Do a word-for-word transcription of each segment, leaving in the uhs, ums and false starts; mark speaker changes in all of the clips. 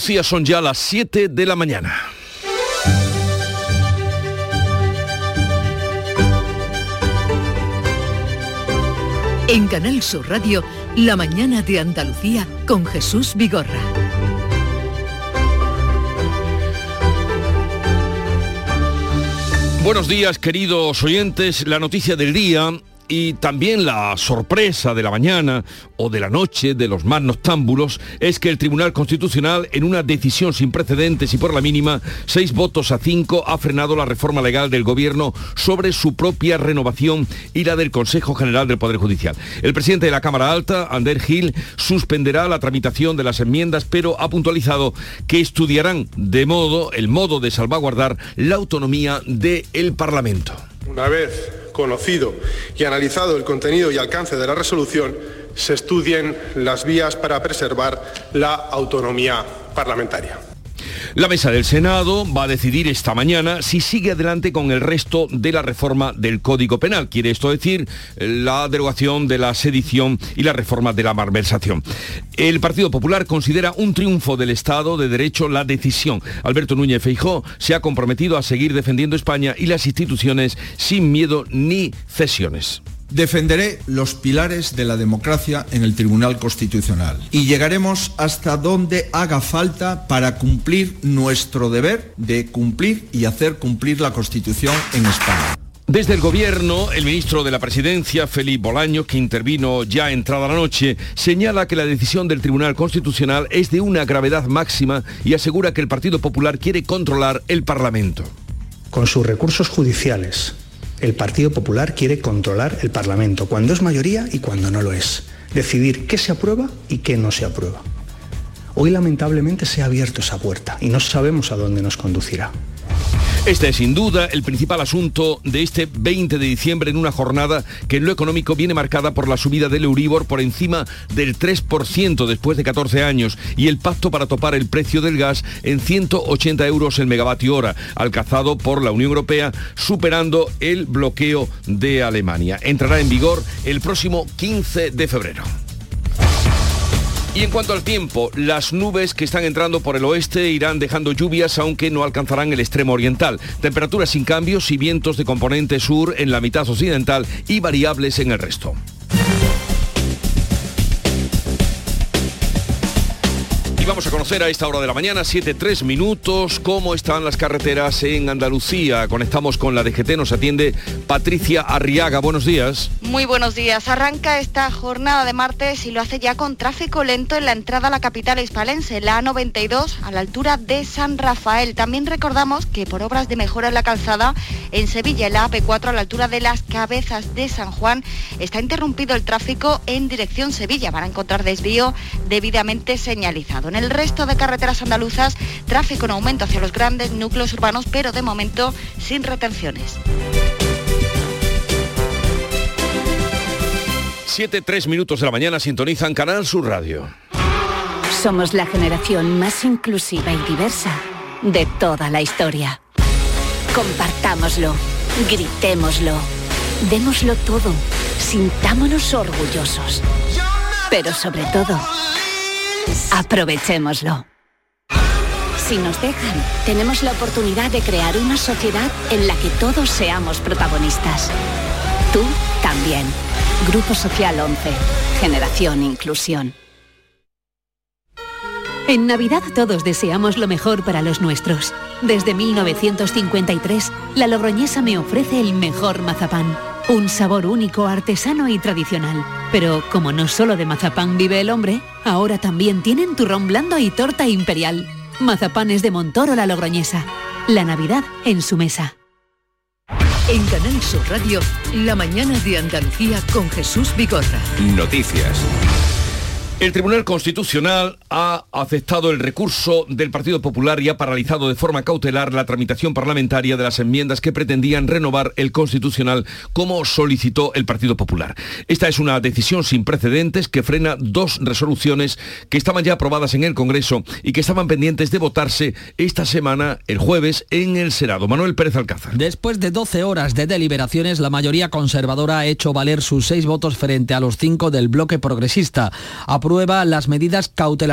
Speaker 1: Son ya las siete de la mañana.
Speaker 2: En Canal Sur Radio, La mañana de Andalucía con Jesús Vigorra.
Speaker 1: Buenos días, queridos oyentes. La noticia del día y también la sorpresa de la mañana o de la noche de los más noctámbulos es que el Tribunal Constitucional, en una decisión sin precedentes y por la mínima, seis votos a cinco, ha frenado la reforma legal del Gobierno sobre su propia renovación y la del Consejo General del Poder Judicial. El presidente de la Cámara Alta, Ander Gil, suspenderá la tramitación de las enmiendas, pero ha puntualizado que estudiarán de modo, el modo de salvaguardar la autonomía del Parlamento.
Speaker 3: Una vez conocido y analizado el contenido y alcance de la resolución, se estudien las vías para preservar la autonomía parlamentaria.
Speaker 1: La mesa del Senado va a decidir esta mañana si sigue adelante con el resto de la reforma del Código Penal. Quiere esto decir la derogación de la sedición y la reforma de la malversación. El Partido Popular considera un triunfo del Estado de Derecho la decisión. Alberto Núñez Feijóo se ha comprometido a seguir defendiendo España y las instituciones sin miedo ni cesiones.
Speaker 4: Defenderé los pilares de la democracia en el Tribunal Constitucional y llegaremos hasta donde haga falta para cumplir nuestro deber de cumplir y hacer cumplir la Constitución en España.
Speaker 1: Desde el Gobierno, el ministro de la Presidencia, Félix Bolaños, que intervino ya entrada la noche, señala que la decisión del Tribunal Constitucional es de una gravedad máxima y asegura que el Partido Popular quiere controlar el Parlamento.
Speaker 5: Con sus recursos judiciales, el Partido Popular quiere controlar el Parlamento, cuando es mayoría y cuando no lo es. Decidir qué se aprueba y qué no se aprueba. Hoy, lamentablemente, se ha abierto esa puerta y no sabemos a dónde nos conducirá.
Speaker 1: Este es sin duda el principal asunto de este veinte de diciembre en una jornada que en lo económico viene marcada por la subida del Euribor por encima del tres por ciento después de catorce años y el pacto para topar el precio del gas en ciento ochenta euros el megavatio hora, alcanzado por la Unión Europea, superando el bloqueo de Alemania. Entrará en vigor el próximo quince de febrero. Y en cuanto al tiempo, las nubes que están entrando por el oeste irán dejando lluvias, aunque no alcanzarán el extremo oriental. Temperaturas sin cambios y vientos de componente sur en la mitad occidental y variables en el resto. Y vamos a conocer a esta hora de la mañana, siete tres minutos, cómo están las carreteras en Andalucía. Conectamos con la D G T, nos atiende Patricia Arriaga. Buenos días.
Speaker 6: Muy buenos días. Arranca esta jornada de martes y lo hace ya con tráfico lento en la entrada a la capital hispalense, la A noventa y dos, a la altura de San Rafael. También recordamos que por obras de mejora en la calzada, en Sevilla, en la A P cuatro, a la altura de las Cabezas de San Juan, está interrumpido el tráfico en dirección Sevilla. Van a encontrar desvío debidamente señalizado. En el resto de carreteras andaluzas, tráfico en aumento hacia los grandes núcleos urbanos, pero de momento sin retenciones.
Speaker 1: siete tres minutos de la mañana, sintonizan Canal Sur Radio.
Speaker 7: Somos la generación más inclusiva y diversa de toda la historia. Compartámoslo, gritémoslo, démoslo todo, sintámonos orgullosos. Pero sobre todo, aprovechémoslo. Si nos dejan, tenemos la oportunidad de crear una sociedad en la que todos seamos protagonistas. Tú también. Grupo Social once. Generación Inclusión.
Speaker 8: En Navidad todos deseamos lo mejor para los nuestros. Desde mil novecientos cincuenta y tres, la Logroñesa me ofrece el mejor mazapán. Un sabor único, artesano y tradicional. Pero como no solo de mazapán vive el hombre, ahora también tienen turrón blando y torta imperial. Mazapanes de Montoro la Logroñesa. La Navidad en su mesa.
Speaker 2: En Canal Sur Radio, La mañana de Andalucía con Jesús Vigorra.
Speaker 1: Noticias. El Tribunal Constitucional ha aceptado el recurso del Partido Popular y ha paralizado de forma cautelar la tramitación parlamentaria de las enmiendas que pretendían renovar el Constitucional como solicitó el Partido Popular. Esta es una decisión sin precedentes que frena dos resoluciones que estaban ya aprobadas en el Congreso y que estaban pendientes de votarse esta semana, el jueves, en el Senado. Manuel Pérez Alcázar.
Speaker 9: Después de doce horas de deliberaciones, la mayoría conservadora ha hecho valer sus seis votos frente a los cinco del bloque progresista. Aprueba las medidas cautelaristas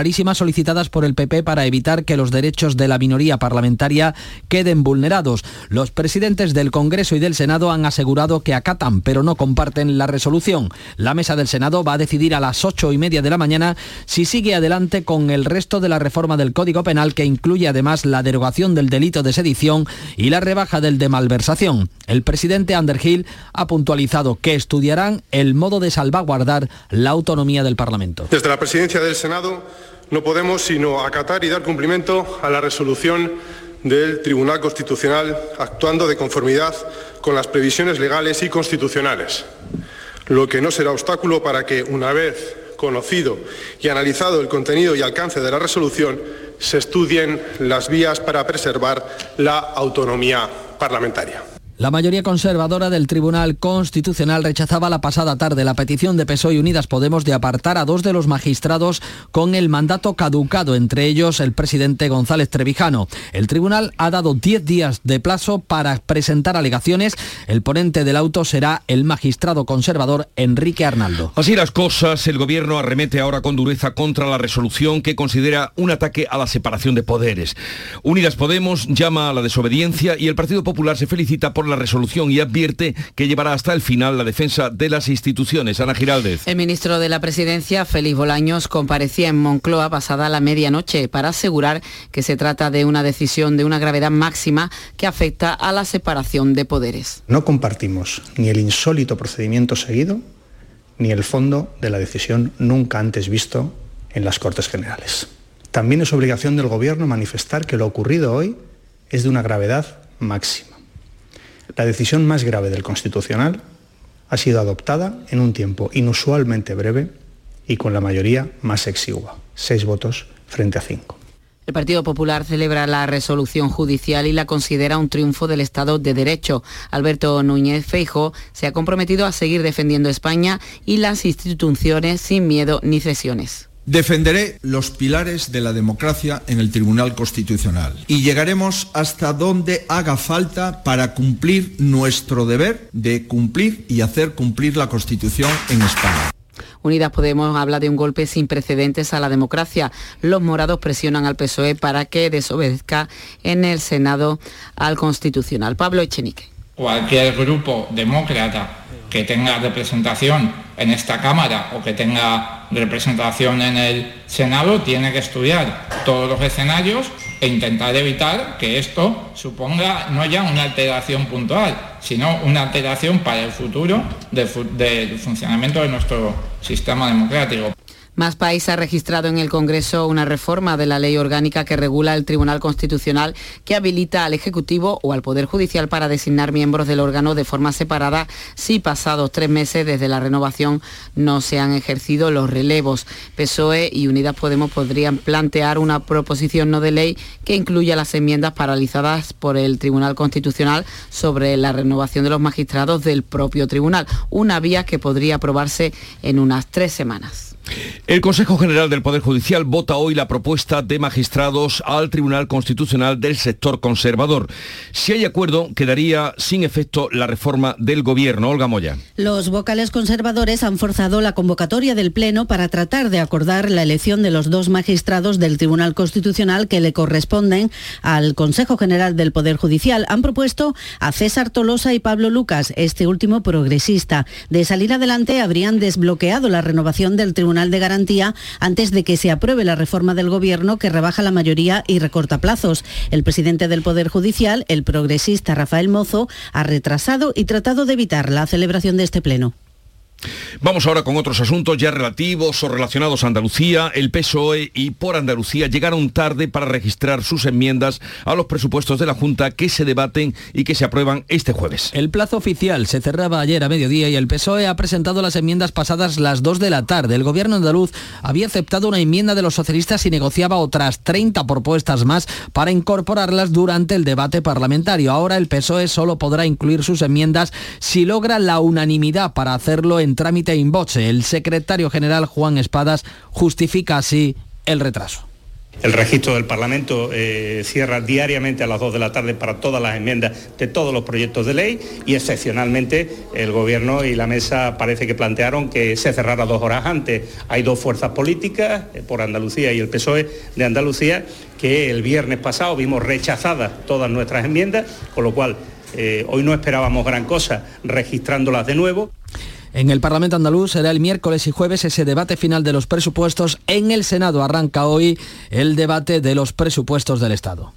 Speaker 9: clarísimas solicitadas por el P P para evitar que los derechos de la minoría parlamentaria queden vulnerados. Los presidentes del Congreso y del Senado han asegurado que acatan, pero no comparten la resolución. La mesa del Senado va a decidir a las ocho y media de la mañana si sigue adelante con el resto de la reforma del Código Penal, que incluye además la derogación del delito de sedición y la rebaja del de malversación. El presidente Underhill ha puntualizado que estudiarán el modo de salvaguardar la autonomía del Parlamento.
Speaker 3: Desde la presidencia del Senado no podemos sino acatar y dar cumplimiento a la resolución del Tribunal Constitucional, actuando de conformidad con las previsiones legales y constitucionales, lo que no será obstáculo para que, una vez conocido y analizado el contenido y alcance de la resolución, se estudien las vías para preservar la autonomía parlamentaria.
Speaker 9: La mayoría conservadora del Tribunal Constitucional rechazaba la pasada tarde la petición de P S O E y Unidas Podemos de apartar a dos de los magistrados con el mandato caducado, entre ellos el presidente González Trevijano. El tribunal ha dado diez días de plazo para presentar alegaciones. El ponente del auto será el magistrado conservador Enrique Arnaldo.
Speaker 1: Así las cosas, el gobierno arremete ahora con dureza contra la resolución que considera un ataque a la separación de poderes. Unidas Podemos llama a la desobediencia y el Partido Popular se felicita por la resolución y advierte que llevará hasta el final la defensa de las instituciones. Ana Giraldez.
Speaker 10: El ministro de la Presidencia, Félix Bolaños, comparecía en Moncloa pasada la medianoche para asegurar que se trata de una decisión de una gravedad máxima que afecta a la separación de poderes.
Speaker 5: No compartimos ni el insólito procedimiento seguido ni el fondo de la decisión nunca antes visto en las Cortes Generales. También es obligación del Gobierno manifestar que lo ocurrido hoy es de una gravedad máxima. La decisión más grave del Constitucional ha sido adoptada en un tiempo inusualmente breve y con la mayoría más exigua, seis votos frente a cinco.
Speaker 10: El Partido Popular celebra la resolución judicial y la considera un triunfo del Estado de Derecho. Alberto Núñez Feijóo se ha comprometido a seguir defendiendo España y las instituciones sin miedo ni cesiones.
Speaker 4: Defenderé los pilares de la democracia en el Tribunal Constitucional y llegaremos hasta donde haga falta para cumplir nuestro deber de cumplir y hacer cumplir la Constitución en España.
Speaker 10: Unidas Podemos habla de un golpe sin precedentes a la democracia. Los morados presionan al P S O E para que desobedezca en el Senado al Constitucional. Pablo Echenique.
Speaker 11: Cualquier grupo demócrata que tenga representación en esta Cámara o que tenga representación en el Senado tiene que estudiar todos los escenarios e intentar evitar que esto suponga no ya una alteración puntual, sino una alteración para el futuro del, fu- del funcionamiento de nuestro sistema democrático.
Speaker 10: Más País ha registrado en el Congreso una reforma de la ley orgánica que regula el Tribunal Constitucional, que habilita al Ejecutivo o al Poder Judicial para designar miembros del órgano de forma separada si pasados tres meses desde la renovación no se han ejercido los relevos. P S O E y Unidas Podemos podrían plantear una proposición no de ley que incluya las enmiendas paralizadas por el Tribunal Constitucional sobre la renovación de los magistrados del propio tribunal, una vía que podría aprobarse en unas tres semanas.
Speaker 1: El Consejo General del Poder Judicial vota hoy la propuesta de magistrados al Tribunal Constitucional del sector conservador. Si hay acuerdo, quedaría sin efecto la reforma del Gobierno. Olga Moya.
Speaker 12: Los vocales conservadores han forzado la convocatoria del Pleno para tratar de acordar la elección de los dos magistrados del Tribunal Constitucional que le corresponden al Consejo General del Poder Judicial. Han propuesto a César Tolosa y Pablo Lucas, este último progresista. De salir adelante, habrían desbloqueado la renovación del Tribunal de Garantía antes de que se apruebe la reforma del Gobierno que rebaja la mayoría y recorta plazos. El presidente del Poder Judicial, el progresista Rafael Mozo, ha retrasado y tratado de evitar la celebración de este pleno.
Speaker 1: Vamos ahora con otros asuntos ya relativos o relacionados a Andalucía. El P S O E y Por Andalucía llegaron tarde para registrar sus enmiendas a los presupuestos de la Junta que se debaten y que se aprueban este jueves.
Speaker 9: El plazo oficial se cerraba ayer a mediodía y el P S O E ha presentado las enmiendas pasadas las dos de la tarde. El gobierno andaluz había aceptado una enmienda de los socialistas y negociaba otras treinta propuestas más para incorporarlas durante el debate parlamentario. Ahora el P S O E solo podrá incluir sus enmiendas si logra la unanimidad para hacerlo en en trámite in voce. El secretario general Juan Espadas justifica así el retraso.
Speaker 13: El registro del Parlamento eh, cierra diariamente a las dos de la tarde para todas las enmiendas de todos los proyectos de ley y excepcionalmente el Gobierno y la Mesa parece que plantearon que se cerrara dos horas antes. Hay dos fuerzas políticas, eh, por Andalucía y el P S O E de Andalucía, que el viernes pasado vimos rechazadas todas nuestras enmiendas, con lo cual eh, hoy no esperábamos gran cosa registrándolas de nuevo.
Speaker 9: En el Parlamento andaluz será el miércoles y jueves ese debate final de los presupuestos. En el Senado arranca hoy el debate de los presupuestos del Estado.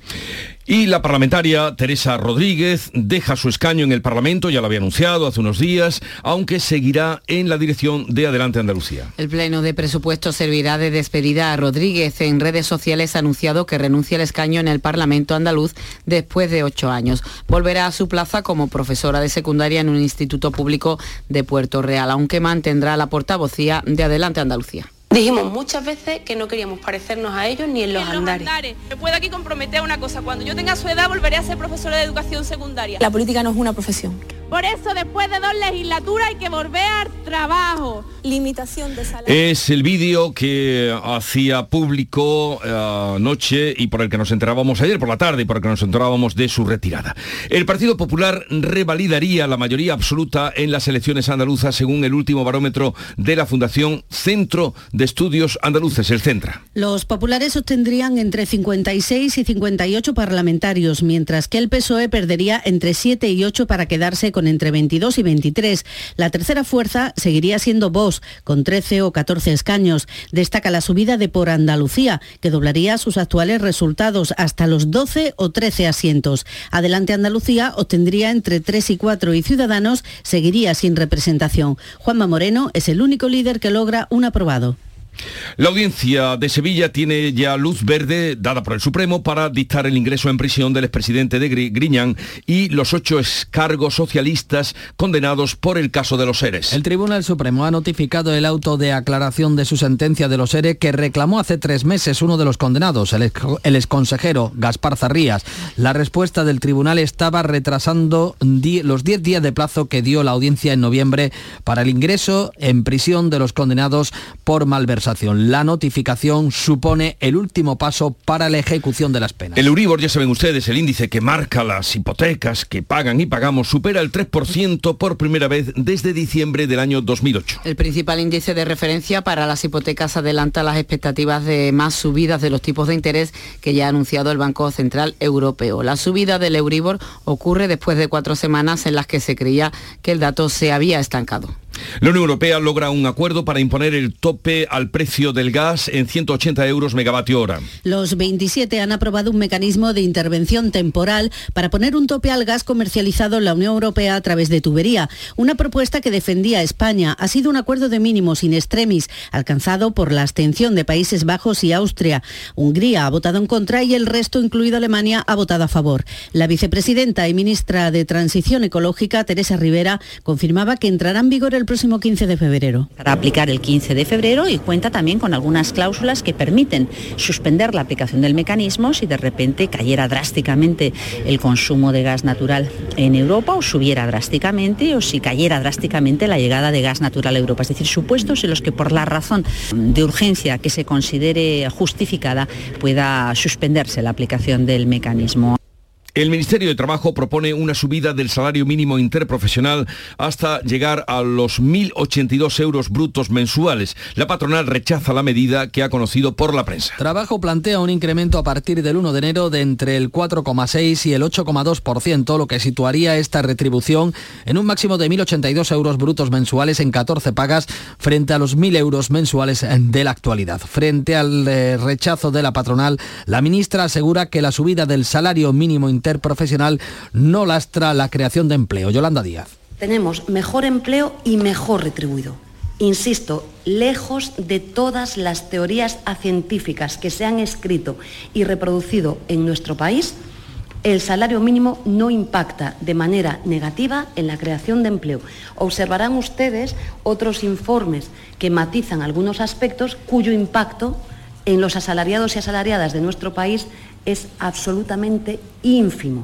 Speaker 1: Y la parlamentaria Teresa Rodríguez deja su escaño en el Parlamento, ya lo había anunciado hace unos días, aunque seguirá en la dirección de Adelante Andalucía.
Speaker 10: El Pleno de Presupuestos servirá de despedida a Rodríguez. En redes sociales ha anunciado que renuncia al escaño en el Parlamento andaluz después de ocho años. Volverá a su plaza como profesora de secundaria en un instituto público de Puerto Real, aunque mantendrá la portavocía de Adelante Andalucía.
Speaker 14: Dijimos muchas veces que no queríamos parecernos a ellos ni en los,
Speaker 15: en los
Speaker 14: andares.
Speaker 15: andares. Me puedo aquí comprometer una cosa, cuando yo tenga su edad volveré a ser profesora de educación secundaria.
Speaker 14: La política no es una profesión.
Speaker 15: Por eso después de dos legislaturas hay que volver al trabajo.
Speaker 14: Limitación de salario.
Speaker 1: Es el vídeo que hacía público anoche y por el que nos enterábamos ayer por la tarde y por el que nos enterábamos de su retirada. El Partido Popular revalidaría la mayoría absoluta en las elecciones andaluzas según el último barómetro de la Fundación Centro de Estudios Andaluces, el Centra.
Speaker 12: Los populares obtendrían entre cincuenta y seis y cincuenta y ocho parlamentarios, mientras que el P S O E perdería entre siete y ocho para quedarse con entre veintidós y veintitrés. La tercera fuerza seguiría siendo Vox, con trece o catorce escaños. Destaca la subida de Por Andalucía, que doblaría sus actuales resultados hasta los doce o trece asientos. Adelante Andalucía obtendría entre tres y cuatro y Ciudadanos seguiría sin representación. Juanma Moreno es el único líder que logra un aprobado.
Speaker 1: La audiencia de Sevilla tiene ya luz verde dada por el Supremo para dictar el ingreso en prisión del expresidente de Griñán y los ocho excargos socialistas condenados por el caso de los ERES.
Speaker 9: El Tribunal Supremo ha notificado el auto de aclaración de su sentencia de los ERE que reclamó hace tres meses uno de los condenados, el, ex, el exconsejero Gaspar Zarrías. La respuesta del tribunal estaba retrasando die, los diez días de plazo que dio la audiencia en noviembre para el ingreso en prisión de los condenados por malversación. La notificación supone el último paso para la ejecución de las penas.
Speaker 1: El Euribor, ya saben ustedes, el índice que marca las hipotecas que pagan y pagamos, supera el tres por ciento por primera vez desde diciembre del año dos mil ocho.
Speaker 10: El principal índice de referencia para las hipotecas adelanta las expectativas de más subidas de los tipos de interés que ya ha anunciado el Banco Central Europeo. La subida del Euribor ocurre después de cuatro semanas en las que se creía que el dato se había estancado.
Speaker 1: La Unión Europea logra un acuerdo para imponer el tope al precio del gas en ciento ochenta euros megavatio hora.
Speaker 12: Los veintisiete han aprobado un mecanismo de intervención temporal para poner un tope al gas comercializado en la Unión Europea a través de tubería. Una propuesta que defendía España. Ha sido un acuerdo de mínimos in extremis, alcanzado por la abstención de Países Bajos y Austria. Hungría ha votado en contra y el resto, incluido Alemania, ha votado a favor. La vicepresidenta y ministra de Transición Ecológica, Teresa Rivera, confirmaba que entrará en vigor el próximo quince de febrero.
Speaker 16: Para aplicar el quince de febrero y cuenta también con algunas cláusulas que permiten suspender la aplicación del mecanismo si de repente cayera drásticamente el consumo de gas natural en Europa o subiera drásticamente o si cayera drásticamente la llegada de gas natural a Europa. Es decir, supuestos en los que por la razón de urgencia que se considere justificada pueda suspenderse la aplicación del mecanismo.
Speaker 1: El Ministerio de Trabajo propone una subida del salario mínimo interprofesional hasta llegar a los mil ochenta y dos euros brutos mensuales. La patronal rechaza la medida que ha conocido por la prensa.
Speaker 9: Trabajo plantea un incremento a partir del uno de enero de entre el cuatro coma seis y el ocho coma dos por ciento, lo que situaría esta retribución en un máximo de mil ochenta y dos euros brutos mensuales en catorce pagas frente a los mil euros mensuales de la actualidad. Frente al eh, rechazo de la patronal, la ministra asegura que la subida del salario mínimo interprofesional interprofesional no lastra la creación de empleo. Yolanda Díaz.
Speaker 17: Tenemos mejor empleo y mejor retribuido. Insisto, lejos de todas las teorías científicas que se han escrito y reproducido en nuestro país, el salario mínimo no impacta de manera negativa en la creación de empleo. Observarán ustedes otros informes que matizan algunos aspectos cuyo impacto en los asalariados y asalariadas de nuestro país es absolutamente ínfimo.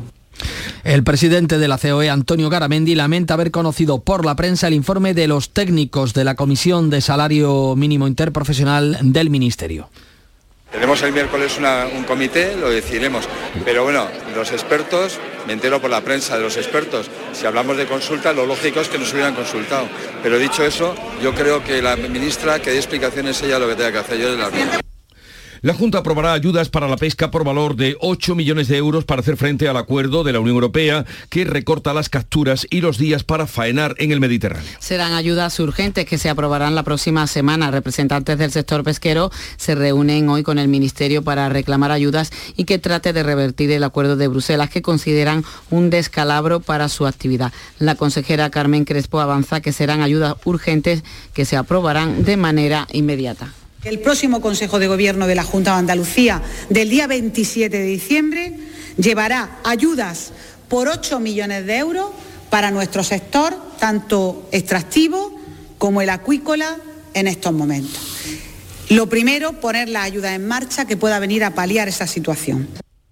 Speaker 9: El presidente de la C O E, Antonio Garamendi, lamenta haber conocido por la prensa el informe de los técnicos de la Comisión de Salario Mínimo Interprofesional del Ministerio.
Speaker 18: Tenemos el miércoles una, un comité, lo decidiremos. Pero bueno, los expertos, me entero por la prensa de los expertos, si hablamos de consulta, lo lógico es que nos hubieran consultado. Pero dicho eso, yo creo que la ministra que dé explicaciones ella lo que tenga que hacer, yo de la
Speaker 1: La Junta aprobará ayudas para la pesca por valor de ocho millones de euros para hacer frente al acuerdo de la Unión Europea que recorta las capturas y los días para faenar en el Mediterráneo.
Speaker 10: Serán ayudas urgentes que se aprobarán la próxima semana. Representantes del sector pesquero se reúnen hoy con el Ministerio para reclamar ayudas y que trate de revertir el acuerdo de Bruselas, que consideran un descalabro para su actividad. La consejera Carmen Crespo avanza que serán ayudas urgentes que se aprobarán de manera inmediata.
Speaker 19: El próximo Consejo de Gobierno de la Junta de Andalucía del día veintisiete de diciembre llevará ayudas por ocho millones de euros para nuestro sector, tanto extractivo como el acuícola, en estos momentos. Lo primero, poner la ayuda en marcha que pueda venir a paliar esa situación.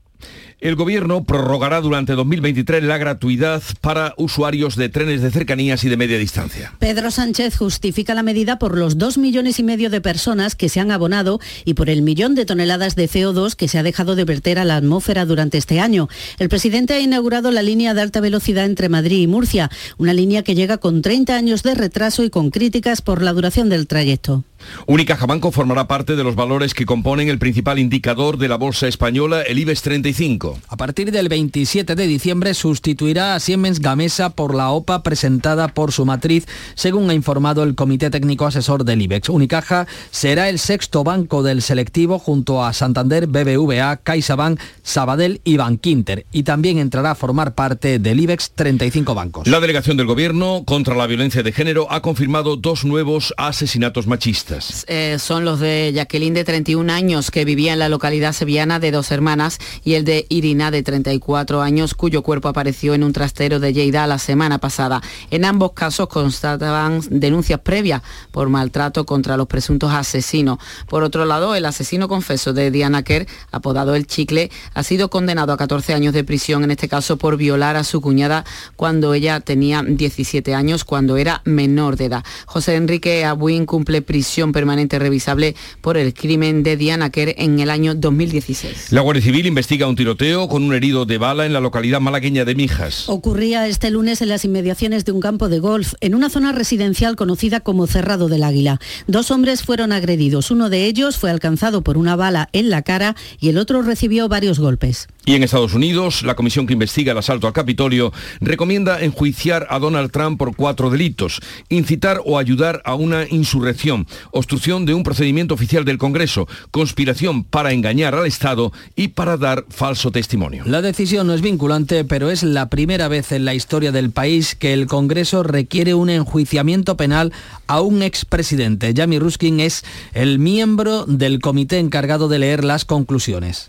Speaker 1: El Gobierno prorrogará durante dos mil veintitrés la gratuidad para usuarios de trenes de cercanías y de media distancia.
Speaker 12: Pedro Sánchez justifica la medida por los dos millones y medio de personas que se han abonado y por el millón de toneladas de C O dos que se ha dejado de verter a la atmósfera durante este año. El presidente ha inaugurado la línea de alta velocidad entre Madrid y Murcia, una línea que llega con treinta años de retraso y con críticas por la duración del trayecto.
Speaker 1: Unicaja Banco formará parte de los valores que componen el principal indicador de la bolsa española, el IBEX treinta y cinco.
Speaker 9: A partir del veintisiete de diciembre sustituirá a Siemens Gamesa por la O P A presentada por su matriz, según ha informado el Comité Técnico Asesor del IBEX. Unicaja será el sexto banco del selectivo junto a Santander, B B V A, CaixaBank, Sabadell y Bankinter, y también entrará a formar parte del IBEX treinta y cinco bancos.
Speaker 1: La delegación del Gobierno contra la violencia de género ha confirmado dos nuevos asesinatos machistas.
Speaker 10: Eh, son los de Jacqueline, de treinta y un años, que vivía en la localidad sevillana de Dos Hermanas, y el de Irina, de treinta y cuatro años, cuyo cuerpo apareció en un trastero de Lleida la semana pasada. En ambos casos constataban denuncias previas por maltrato contra los presuntos asesinos. Por otro lado, el asesino confeso de Diana Kerr, apodado El Chicle, ha sido condenado a catorce años de prisión, en este caso por violar a su cuñada cuando ella tenía diecisiete años, cuando era menor de edad. José Enrique Abuin cumple prisión permanente revisable por el crimen de Diana Kerr en el año dos mil dieciséis.
Speaker 1: La Guardia Civil investiga un tiroteo con un herido de bala en la localidad malagueña de Mijas.
Speaker 12: Ocurría este lunes en las inmediaciones de un campo de golf, en una zona residencial conocida como Cerrado del Águila. Dos hombres fueron agredidos. Uno de ellos fue alcanzado por una bala en la cara y el otro recibió varios golpes.
Speaker 1: Y en Estados Unidos, la comisión que investiga el asalto al Capitolio recomienda enjuiciar a Donald Trump por cuatro delitos: incitar o ayudar a una insurrección, obstrucción de un procedimiento oficial del Congreso, conspiración para engañar al Estado y para dar falso testimonio.
Speaker 9: La decisión no es vinculante, pero es la primera vez en la historia del país que el Congreso requiere un enjuiciamiento penal a un expresidente. Jamie Ruskin es el miembro del comité encargado de leer las conclusiones.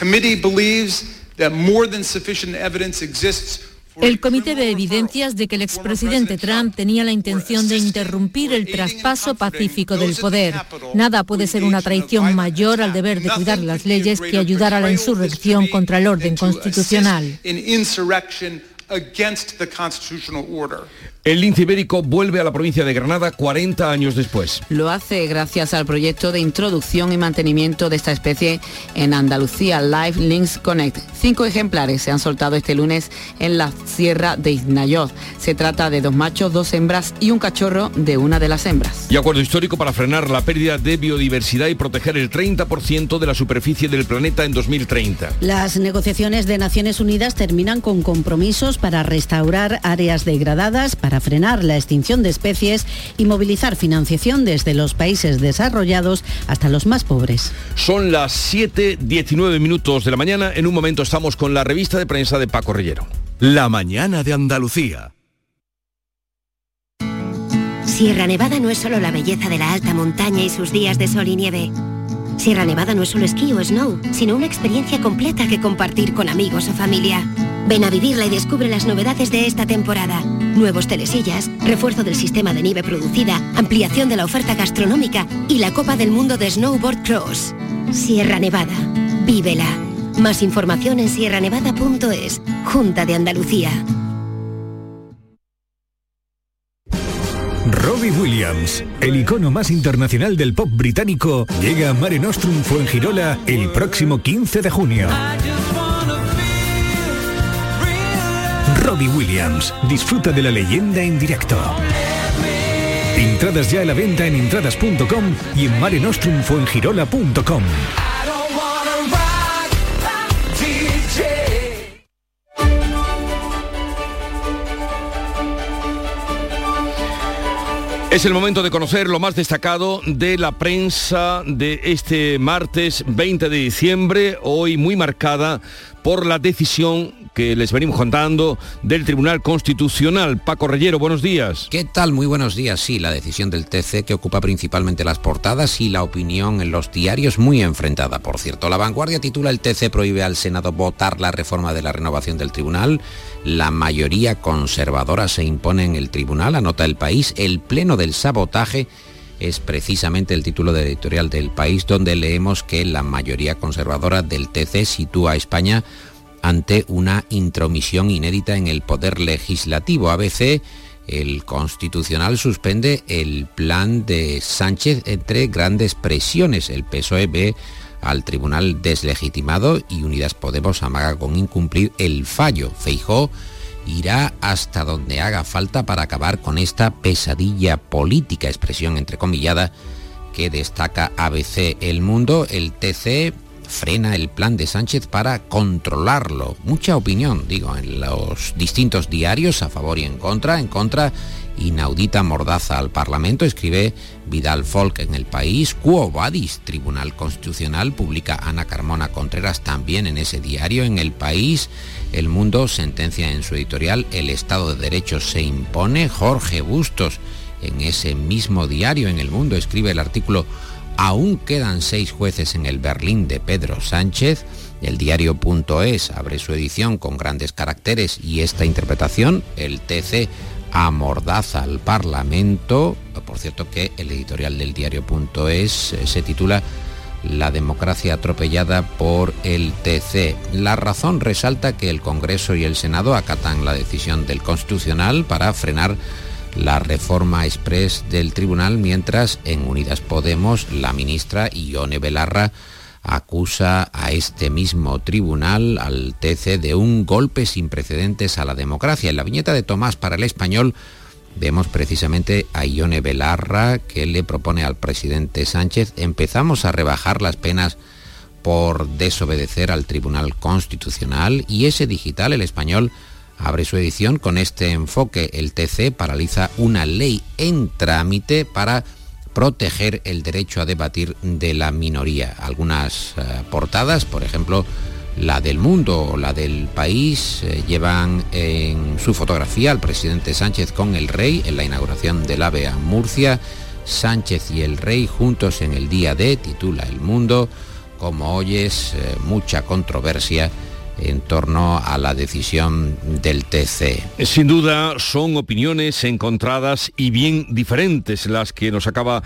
Speaker 20: El comité ve evidencias de que el expresidente Trump tenía la intención de interrumpir el traspaso pacífico del poder. Nada puede ser una traición mayor al deber de cuidar las leyes que ayudar a la insurrección contra el orden constitucional.
Speaker 1: El lince ibérico vuelve a la provincia de Granada cuarenta años después.
Speaker 10: Lo hace gracias al proyecto de introducción y mantenimiento de esta especie en Andalucía, Life Links Connect. Cinco ejemplares se han soltado este lunes en la sierra de Iznayoz. Se trata de dos machos, dos hembras y un cachorro de una de las hembras.
Speaker 1: Y acuerdo histórico para frenar la pérdida de biodiversidad y proteger el treinta por ciento de la superficie del planeta en dos mil treinta.
Speaker 12: Las negociaciones de Naciones Unidas terminan con compromisos para restaurar áreas degradadas, para frenar la extinción de especies y movilizar financiación desde los países desarrollados hasta los más pobres.
Speaker 1: Son las siete diecinueve minutos de la mañana. En un momento estamos con la revista de prensa de Paco Rellero.
Speaker 21: La mañana de Andalucía.
Speaker 22: Sierra Nevada no es solo la belleza de la alta montaña y sus días de sol y nieve. Sierra Nevada no es solo esquí o snow, sino una experiencia completa que compartir con amigos o familia. Ven a vivirla y descubre las novedades de esta temporada. Nuevos telesillas, refuerzo del sistema de nieve producida, ampliación de la oferta gastronómica y la Copa del Mundo de Snowboard Cross. Sierra Nevada, vívela. Más información en sierra nevada punto es. Junta de Andalucía.
Speaker 6: Robbie Williams, el icono más internacional del pop británico, llega a Mare Nostrum Fuengirola el próximo quince de junio. Robbie Williams, disfruta de la leyenda en directo. Entradas ya a la venta en entradas punto com y en mare nostrum fuengirola punto com.
Speaker 1: Es el momento de conocer lo más destacado de la prensa de este martes veinte de diciembre, hoy muy marcada por la decisión que les venimos contando del Tribunal Constitucional. Paco Reyero, buenos días.
Speaker 7: ¿Qué tal? Muy buenos días. Sí, la decisión del T C, que ocupa principalmente las portadas, y la opinión en los diarios muy enfrentada, por cierto. La Vanguardia titula: el T C prohíbe al Senado votar la reforma de la renovación del Tribunal. La mayoría conservadora se impone en el Tribunal, anota El País. El pleno del sabotaje es precisamente el título del editorial del País, donde leemos que la mayoría conservadora del T C sitúa a España ante una intromisión inédita en el poder legislativo. A B C: el Constitucional suspende el plan de Sánchez entre grandes presiones. El P S O E ve al Tribunal deslegitimado y Unidas Podemos amaga con incumplir el fallo. Feijóo irá hasta donde haga falta para acabar con esta pesadilla política, expresión entrecomillada que destaca A B C. El Mundo: el T C frena el plan de Sánchez para controlarlo. Mucha opinión, digo, en los distintos diarios, a favor y en contra. En contra, inaudita mordaza al Parlamento, escribe Vidal Folk en El País. Quo vadis, Tribunal Constitucional, publica Ana Carmona Contreras también en ese diario. En El País, El Mundo sentencia en su editorial: el Estado de Derecho se impone. Jorge Bustos, en ese mismo diario, en El Mundo, escribe el artículo: aún quedan seis jueces en el Berlín de Pedro Sánchez. El diario Punto Es abre su edición con grandes caracteres y esta interpretación: el T C amordaza al Parlamento. Por cierto que el editorial del diario Punto Es eh, se titula: la democracia atropellada por el T C. La Razón resalta que el Congreso y el Senado acatan la decisión del Constitucional para frenar la reforma exprés del tribunal, mientras en Unidas Podemos la ministra Ione Belarra acusa a este mismo tribunal, al T C, de un golpe sin precedentes a la democracia. En la viñeta de Tomás para El Español vemos precisamente a Ione Belarra, que le propone al presidente Sánchez: empezamos a rebajar las penas por desobedecer al Tribunal Constitucional. Y ese digital, El Español, abre su edición con este enfoque: el T C paraliza una ley en trámite para proteger el derecho a debatir de la minoría. Algunas eh, portadas, por ejemplo, la del Mundo o la del País, eh, llevan en su fotografía al presidente Sánchez con el rey en la inauguración del AVE a Murcia. Sánchez y el rey juntos en el día D, titula El Mundo. Como oyes, eh, mucha controversia en torno a la decisión del T C.
Speaker 1: Sin duda son opiniones encontradas y bien diferentes las que nos acaba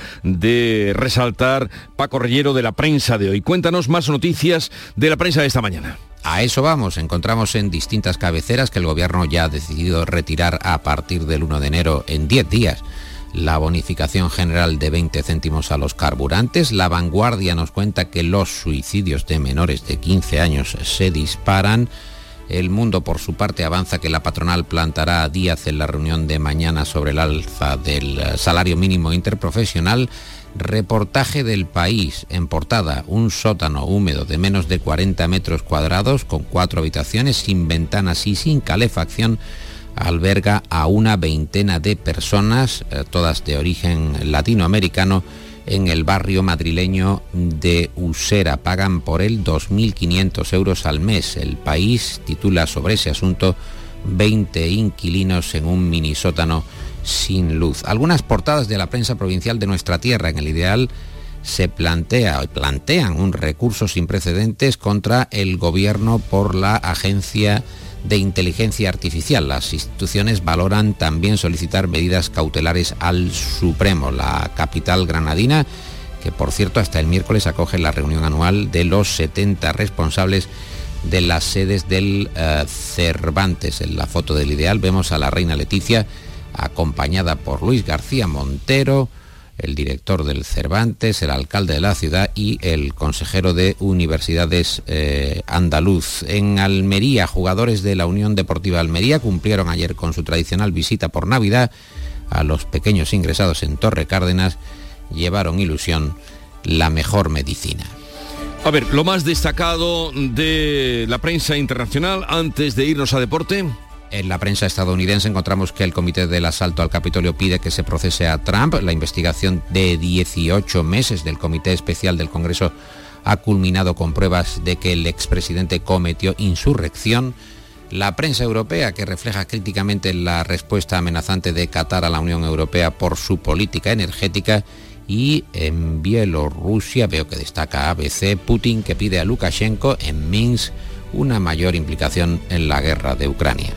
Speaker 1: de resaltar Paco Reyero de la prensa de hoy. Cuéntanos más noticias de la prensa de esta mañana.
Speaker 7: A eso vamos. Encontramos en distintas cabeceras que el Gobierno ya ha decidido retirar a partir del uno de enero, en diez días, la bonificación general de veinte céntimos a los carburantes. La Vanguardia nos cuenta que los suicidios de menores de quince años se disparan. El Mundo, por su parte, avanza que la patronal plantará a Díaz en la reunión de mañana sobre el alza del salario mínimo interprofesional. Reportaje del País, en portada: un sótano húmedo de menos de cuarenta metros cuadrados, con cuatro habitaciones, sin ventanas y sin calefacción, alberga a una veintena de personas, eh, todas de origen latinoamericano, en el barrio madrileño de Usera. Pagan por él dos mil quinientos euros al mes. El País titula sobre ese asunto: veinte inquilinos en un minisótano sin luz. Algunas portadas de la prensa provincial de nuestra tierra. En El Ideal se plantea, plantean un recurso sin precedentes contra el Gobierno por la Agencia de Inteligencia Artificial. Las instituciones valoran también solicitar medidas cautelares al Supremo. La capital granadina, que por cierto hasta el miércoles acoge la reunión anual de los setenta responsables de las sedes del uh, Cervantes. En la foto del Ideal vemos a la reina Leticia acompañada por Luis García Montero, el director del Cervantes, el alcalde de la ciudad y el consejero de Universidades eh, andaluz. En Almería, jugadores de la Unión Deportiva Almería cumplieron ayer con su tradicional visita por Navidad a los pequeños ingresados en Torre Cárdenas. Llevaron ilusión, la mejor medicina.
Speaker 1: A ver, lo más destacado de la prensa internacional antes de irnos a deporte.
Speaker 7: En la prensa estadounidense encontramos que el Comité del Asalto al Capitolio pide que se procese a Trump. La investigación de dieciocho meses del Comité Especial del Congreso ha culminado con pruebas de que el expresidente cometió insurrección. La prensa europea, que refleja críticamente la respuesta amenazante de Qatar a la Unión Europea por su política energética. Y en Bielorrusia veo que destaca A B C, Putin, que pide a Lukashenko en Minsk una mayor implicación en la guerra de Ucrania.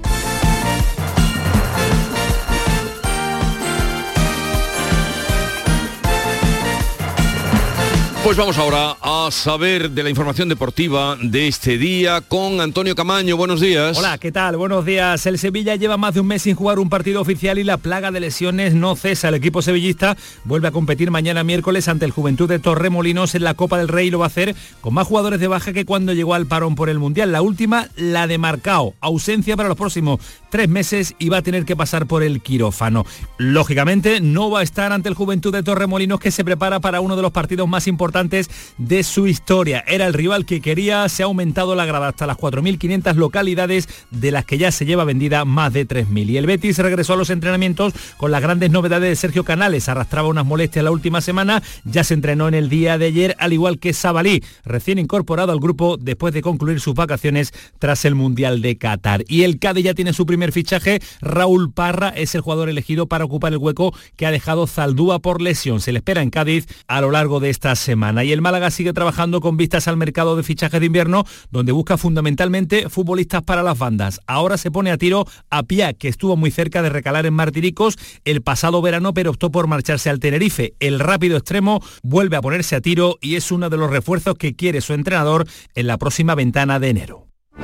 Speaker 1: Pues vamos ahora a saber de la información deportiva de este día con Antonio Camaño. Buenos días.
Speaker 2: Hola, ¿qué tal? Buenos días. El Sevilla lleva más de un mes sin jugar un partido oficial y la plaga de lesiones no cesa. El equipo sevillista vuelve a competir mañana miércoles ante el Juventud de Torremolinos en la Copa del Rey y lo va a hacer con más jugadores de baja que cuando llegó al parón por el Mundial. La última, la de Marcao. Ausencia para los próximos tres meses y va a tener que pasar por el quirófano. Lógicamente no va a estar ante el Juventud de Torremolinos, que se prepara para uno de los partidos más importantes de su historia. Era el rival que quería, se ha aumentado la grada hasta las cuatro mil quinientas localidades, de las que ya se lleva vendida más de tres mil. Y el Betis regresó a los entrenamientos con las grandes novedades de Sergio Canales. Arrastraba unas molestias la última semana, ya se entrenó en el día de ayer, al igual que Sabalí, recién incorporado al grupo después de concluir sus vacaciones tras el Mundial de Qatar. Y el Cádiz ya tiene su primer fichaje. Raúl Parra es el jugador elegido para ocupar el hueco que ha dejado Zaldúa por lesión. Se le espera en Cádiz a lo largo de esta semana. Y el Málaga sigue trabajando con vistas al mercado de fichajes de invierno, donde busca fundamentalmente futbolistas para las bandas. Ahora se pone a tiro a Piá, que estuvo muy cerca de recalar en Martiricos el pasado verano, pero optó por marcharse al Tenerife. El rápido extremo vuelve a ponerse a tiro y es uno de los refuerzos que quiere su entrenador en la próxima ventana de enero.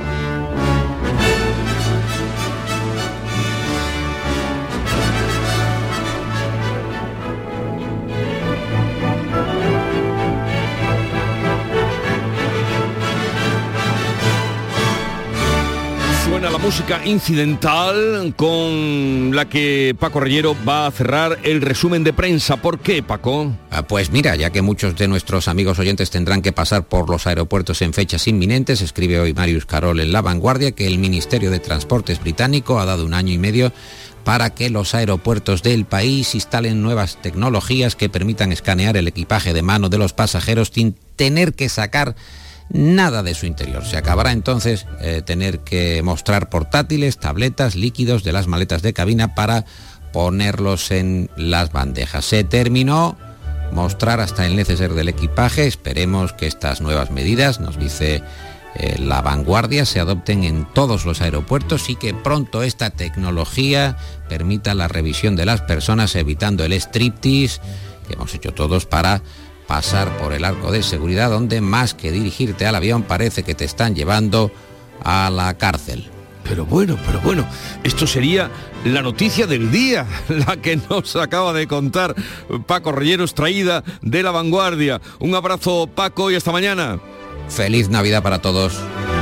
Speaker 1: La música incidental con la que Paco Reyero va a cerrar el resumen de prensa. ¿Por qué, Paco?
Speaker 7: Ah, pues mira, ya que muchos de nuestros amigos oyentes tendrán que pasar por los aeropuertos en fechas inminentes, escribe hoy Marius Carol en La Vanguardia que el Ministerio de Transportes británico ha dado un año y medio para que los aeropuertos del país instalen nuevas tecnologías que permitan escanear el equipaje de mano de los pasajeros sin tener que sacar nada de su interior. Se acabará entonces eh, tener que mostrar portátiles, tabletas, líquidos de las maletas de cabina para ponerlos en las bandejas. Se terminó mostrar hasta el neceser del equipaje. Esperemos que estas nuevas medidas, nos dice eh, La Vanguardia, se adopten en todos los aeropuertos y que pronto esta tecnología permita la revisión de las personas, evitando el striptease que hemos hecho todos para pasar por el arco de seguridad, donde más que dirigirte al avión parece que te están llevando a la cárcel.
Speaker 1: Pero bueno, pero bueno, esto sería la noticia del día, la que nos acaba de contar Paco Reyero, traída de La Vanguardia. Un abrazo, Paco, y hasta mañana.
Speaker 7: Feliz Navidad para todos.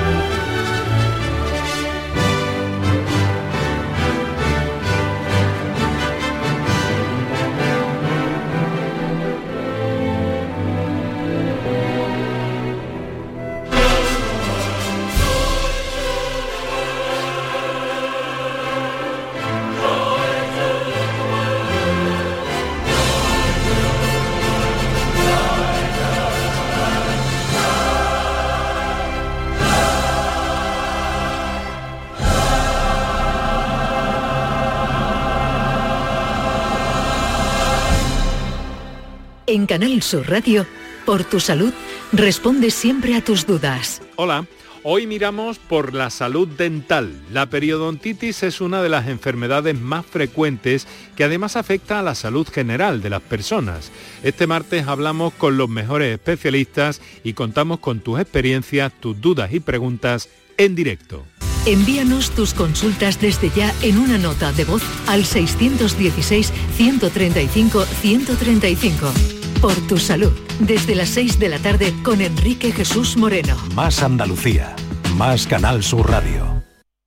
Speaker 8: En Canal Sur Radio, por tu salud, responde siempre a tus dudas.
Speaker 23: Hola, hoy miramos por la salud dental. La periodontitis es una de las enfermedades más frecuentes que además afecta a la salud general de las personas. Este martes hablamos con los mejores especialistas y contamos con tus experiencias, tus dudas y preguntas en directo.
Speaker 8: Envíanos tus consultas desde ya en una nota de voz al seiscientos dieciséis, ciento treinta y cinco, ciento treinta y cinco. Por tu salud, desde las seis de la tarde con Enrique Jesús Moreno.
Speaker 6: Más Andalucía, más Canal Sur Radio.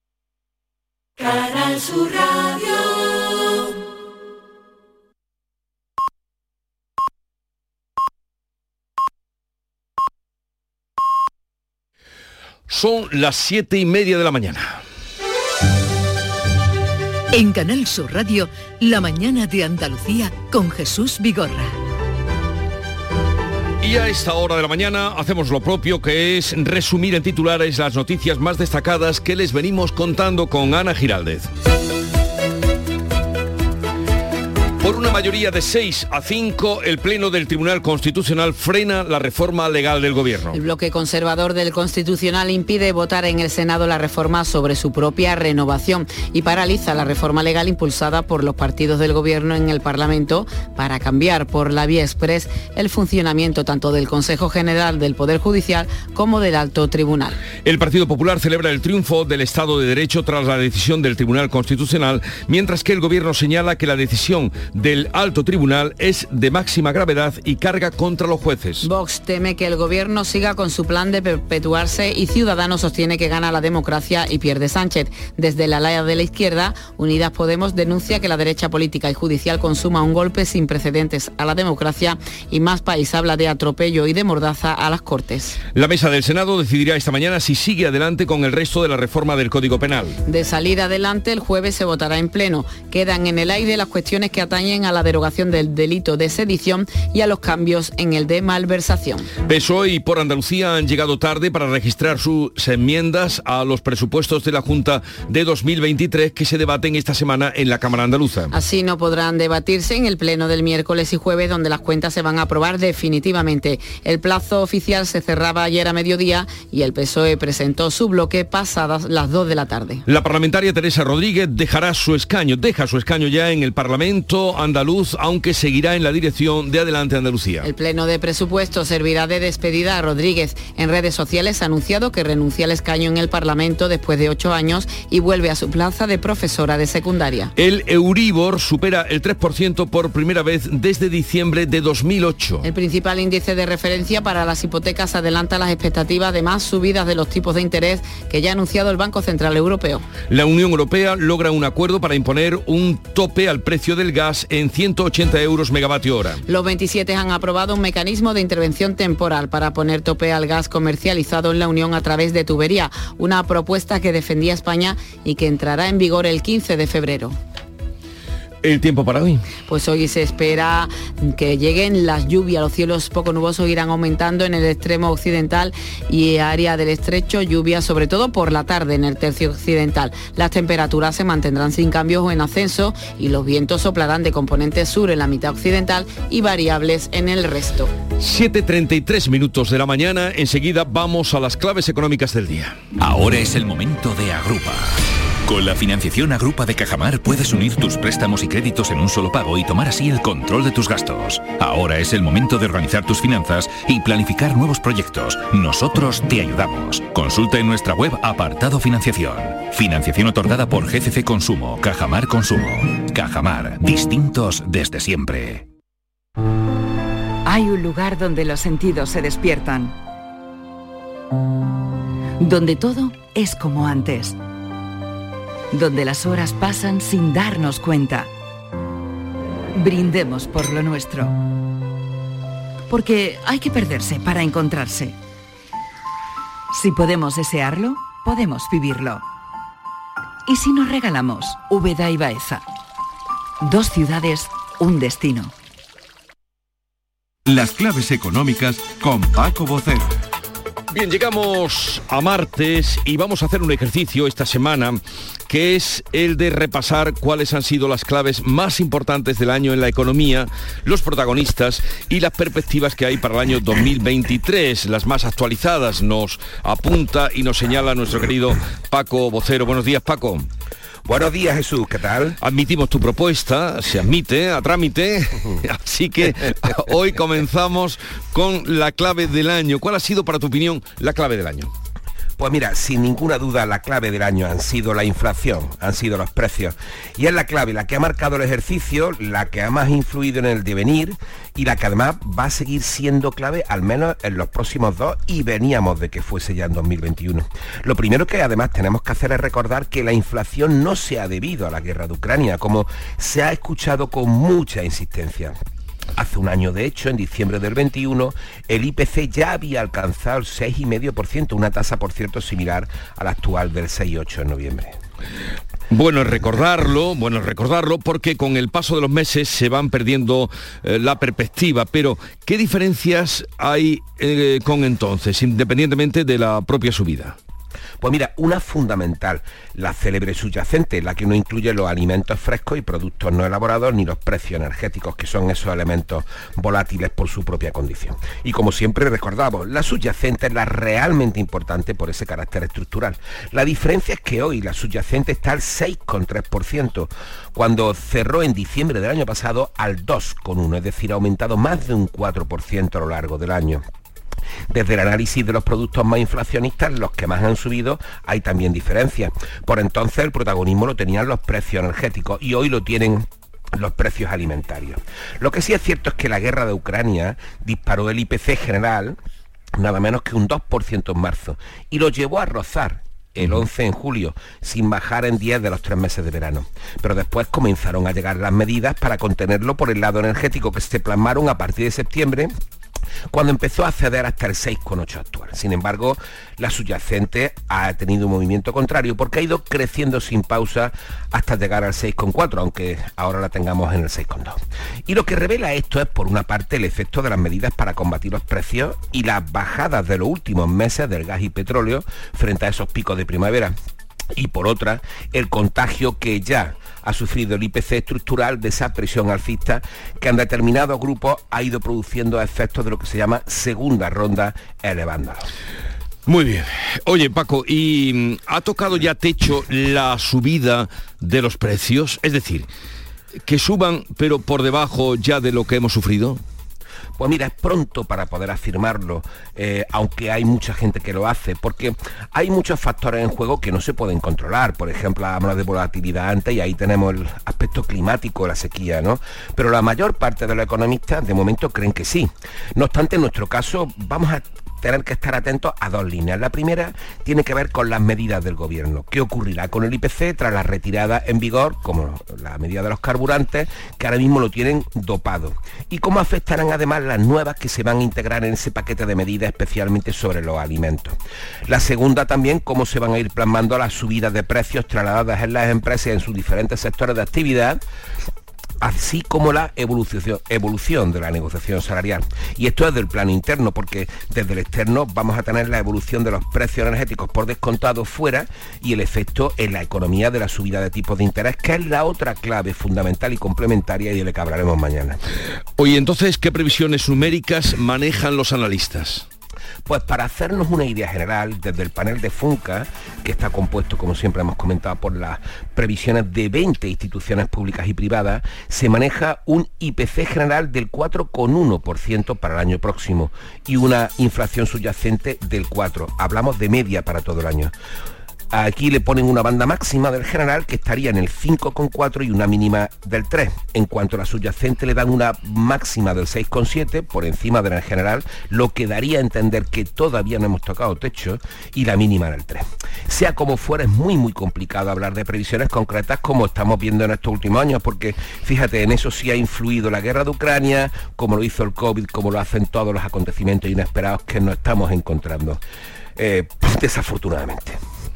Speaker 8: Canal Sur Radio.
Speaker 1: Son las siete y media de la mañana.
Speaker 8: En Canal Sur Radio, La mañana de Andalucía con Jesús Vigorra.
Speaker 1: Y a esta hora de la mañana hacemos lo propio, que es resumir en titulares las noticias más destacadas que les venimos contando con Ana Giraldez. Por una mayoría de seis a cinco, el Pleno del Tribunal Constitucional frena la reforma legal del Gobierno.
Speaker 10: El bloque conservador del Constitucional impide votar en el Senado la reforma sobre su propia renovación y paraliza la reforma legal impulsada por los partidos del Gobierno en el Parlamento para cambiar por la vía exprés el funcionamiento tanto del Consejo General del Poder Judicial como del Alto Tribunal.
Speaker 1: El Partido Popular celebra el triunfo del Estado de Derecho tras la decisión del Tribunal Constitucional, mientras que el Gobierno señala que la decisión del Alto Tribunal es de máxima gravedad y carga contra los jueces.
Speaker 10: Vox teme que el Gobierno siga con su plan de perpetuarse y Ciudadanos sostiene que gana la democracia y pierde Sánchez. Desde la ala de la izquierda, Unidas Podemos denuncia que la derecha política y judicial consuma un golpe sin precedentes a la democracia y Más País habla de atropello y de mordaza a las Cortes.
Speaker 1: La mesa del Senado decidirá esta mañana si sigue adelante con el resto de la reforma del Código Penal.
Speaker 10: De salir adelante, el jueves se votará en pleno. Quedan en el aire las cuestiones que atañen a la derogación del delito de sedición y a los cambios en el de malversación.
Speaker 1: P S O E y Por Andalucía han llegado tarde para registrar sus enmiendas a los presupuestos de la Junta de dos mil veintitrés que se debaten esta semana en la Cámara Andaluza.
Speaker 10: Así no podrán debatirse en el pleno del miércoles y jueves, donde las cuentas se van a aprobar definitivamente. El plazo oficial se cerraba ayer a mediodía y el P S O E presentó su bloque pasadas las dos de la tarde.
Speaker 1: La parlamentaria Teresa Rodríguez dejará su escaño, deja su escaño ya en el Parlamento andaluz, aunque seguirá en la dirección de Adelante Andalucía.
Speaker 10: El pleno de presupuestos servirá de despedida a Rodríguez. En redes sociales ha anunciado que renuncia al escaño en el Parlamento después de ocho años y vuelve a su plaza de profesora de secundaria.
Speaker 1: El Euribor supera el tres por ciento por primera vez desde diciembre de dos mil ocho.
Speaker 10: El principal índice de referencia para las hipotecas adelanta las expectativas de más subidas de los tipos de interés que ya ha anunciado el Banco Central Europeo.
Speaker 1: La Unión Europea logra un acuerdo para imponer un tope al precio del gas en ciento ochenta euros megavatio hora.
Speaker 10: Los veintisiete han aprobado un mecanismo de intervención temporal para poner tope al gas comercializado en la Unión a través de tubería, una propuesta que defendía España y que entrará en vigor el quince de febrero.
Speaker 1: ¿El tiempo para hoy?
Speaker 10: Pues hoy se espera que lleguen las lluvias. Los cielos poco nubosos irán aumentando en el extremo occidental y área del estrecho. Lluvias sobre todo por la tarde en el tercio occidental. Las temperaturas se mantendrán sin cambios o en ascenso y los vientos soplarán de componente sur en la mitad occidental y variables en el resto.
Speaker 1: siete treinta y tres minutos de la mañana. Enseguida vamos a las claves económicas del día.
Speaker 3: Ahora es el momento de Agrupa. Con la financiación Agrupa de Cajamar puedes unir tus préstamos y créditos en un solo pago y tomar así el control de tus gastos. Ahora es el momento de organizar tus finanzas y planificar nuevos proyectos. Nosotros te ayudamos. Consulta en nuestra web apartado financiación. Financiación otorgada por G C C Consumo, Cajamar Consumo. Cajamar, distintos desde siempre.
Speaker 4: Hay un lugar donde los sentidos se despiertan. Donde todo es como antes. Donde las horas pasan sin darnos cuenta. Brindemos por lo nuestro. Porque hay que perderse para encontrarse. Si podemos desearlo, podemos vivirlo. ¿Y si nos regalamos Úbeda y Baeza? Dos ciudades, un destino.
Speaker 21: Las claves económicas con Paco Vocero.
Speaker 1: Bien, llegamos a martes y vamos a hacer un ejercicio esta semana que es el de repasar cuáles han sido las claves más importantes del año en la economía, los protagonistas y las perspectivas que hay para el año dos mil veintitrés. Las más actualizadas nos apunta y nos señala nuestro querido Paco Vocero. Buenos días, Paco.
Speaker 5: Buenos días, Jesús, ¿qué tal?
Speaker 1: Admitimos tu propuesta, se admite a trámite, así que hoy comenzamos con la clave del año. ¿Cuál ha sido, para tu opinión, la clave del año?
Speaker 5: Pues mira, sin ninguna duda la clave del año han sido la inflación, han sido los precios. Y es la clave, la que ha marcado el ejercicio, la que ha más influido en el devenir y la que además va a seguir siendo clave al menos en los próximos dos y veníamos de que fuese ya en dos mil veintiuno. Lo primero que además tenemos que hacer es recordar que la inflación no se ha debido a la guerra de Ucrania, como se ha escuchado con mucha insistencia. Hace un año, de hecho, en diciembre del veintiuno, el I P C ya había alcanzado el seis coma cinco por ciento, una tasa, por cierto, similar a la actual del seis coma ocho en noviembre.
Speaker 1: Bueno, es recordarlo, bueno, es recordarlo, porque con el paso de los meses se van perdiendo eh, la perspectiva, pero ¿qué diferencias hay eh, con entonces, independientemente de la propia subida?
Speaker 5: Pues mira, una fundamental, la célebre subyacente, la que no incluye los alimentos frescos y productos no elaborados ni los precios energéticos, que son esos elementos volátiles por su propia condición. Y como siempre recordamos, la subyacente es la realmente importante por ese carácter estructural. La diferencia es que hoy la subyacente está al seis coma tres por ciento, cuando cerró en diciembre del año pasado al dos coma uno por ciento, es decir, ha aumentado más de un cuatro por ciento a lo largo del año. Desde el análisis de los productos más inflacionistas, los que más han subido, hay también diferencias. Por entonces el protagonismo lo tenían los precios energéticos y hoy lo tienen los precios alimentarios. Lo que sí es cierto es que la guerra de Ucrania disparó el I P C general nada menos que un dos por ciento en marzo y lo llevó a rozar el once en julio, sin bajar en diez de los tres meses de verano. Pero después comenzaron a llegar las medidas para contenerlo por el lado energético, que se plasmaron a partir de septiembre, cuando empezó a ceder hasta el seis coma ocho actual. Sin embargo, la subyacente ha tenido un movimiento contrario porque ha ido creciendo sin pausa hasta llegar al seis coma cuatro, aunque ahora la tengamos en el seis coma dos. Y lo que revela esto es, por una parte, el efecto de las medidas para combatir los precios y las bajadas de los últimos meses del gas y petróleo frente a esos picos de primavera. Y por otra, el contagio que ya ha sufrido el I P C estructural de esa presión alcista que en determinados grupos ha ido produciendo efectos de lo que se llama segunda ronda, elevándolos.
Speaker 1: Muy bien. Oye, Paco, ¿y ha tocado ya techo la subida de los precios? Es decir, que suban pero por debajo ya de lo que hemos sufrido.
Speaker 5: Pues mira, es pronto para poder afirmarlo, eh, aunque hay mucha gente que lo hace, porque hay muchos factores en juego que no se pueden controlar. Por ejemplo, hablamos de volatilidad antes y ahí tenemos el aspecto climático, la sequía, ¿no? Pero la mayor parte de los economistas de momento creen que sí. No obstante, en nuestro caso vamos a tener que estar atentos a dos líneas. La primera tiene que ver con las medidas del gobierno. ¿Qué ocurrirá con el I P C tras la retirada en vigor, como la medida de los carburantes, que ahora mismo lo tienen dopado? ¿Y cómo afectarán además las nuevas que se van a integrar en ese paquete de medidas, especialmente sobre los alimentos? La segunda también, cómo se van a ir plasmando las subidas de precios trasladadas en las empresas en sus diferentes sectores de actividad, así como la evolución, evolución de la negociación salarial. Y esto es del plano interno, porque desde el externo vamos a tener la evolución de los precios energéticos por descontado fuera y el efecto en la economía de la subida de tipos de interés, que es la otra clave fundamental y complementaria y de la que hablaremos mañana.
Speaker 1: Oye, entonces, ¿qué previsiones numéricas manejan los analistas?
Speaker 5: Pues para hacernos una idea general, desde el panel de Funca, que está compuesto, como siempre hemos comentado, por las previsiones de veinte instituciones públicas y privadas, se maneja un I P C general del cuatro coma uno por ciento para el año próximo y una inflación subyacente del cuatro por ciento. Hablamos de media para todo el año. Aquí le ponen una banda máxima del general que estaría en el cinco coma cuatro y una mínima del tres. En cuanto a la subyacente le dan una máxima del seis coma siete por encima del general, lo que daría a entender que todavía no hemos tocado techo, y la mínima del tres. Sea como fuera, es muy muy complicado hablar de previsiones concretas como estamos viendo en estos últimos años, porque fíjate, en eso sí ha influido la guerra de Ucrania, como lo hizo el COVID, como lo hacen todos los acontecimientos inesperados que nos estamos encontrando, eh, desafortunadamente.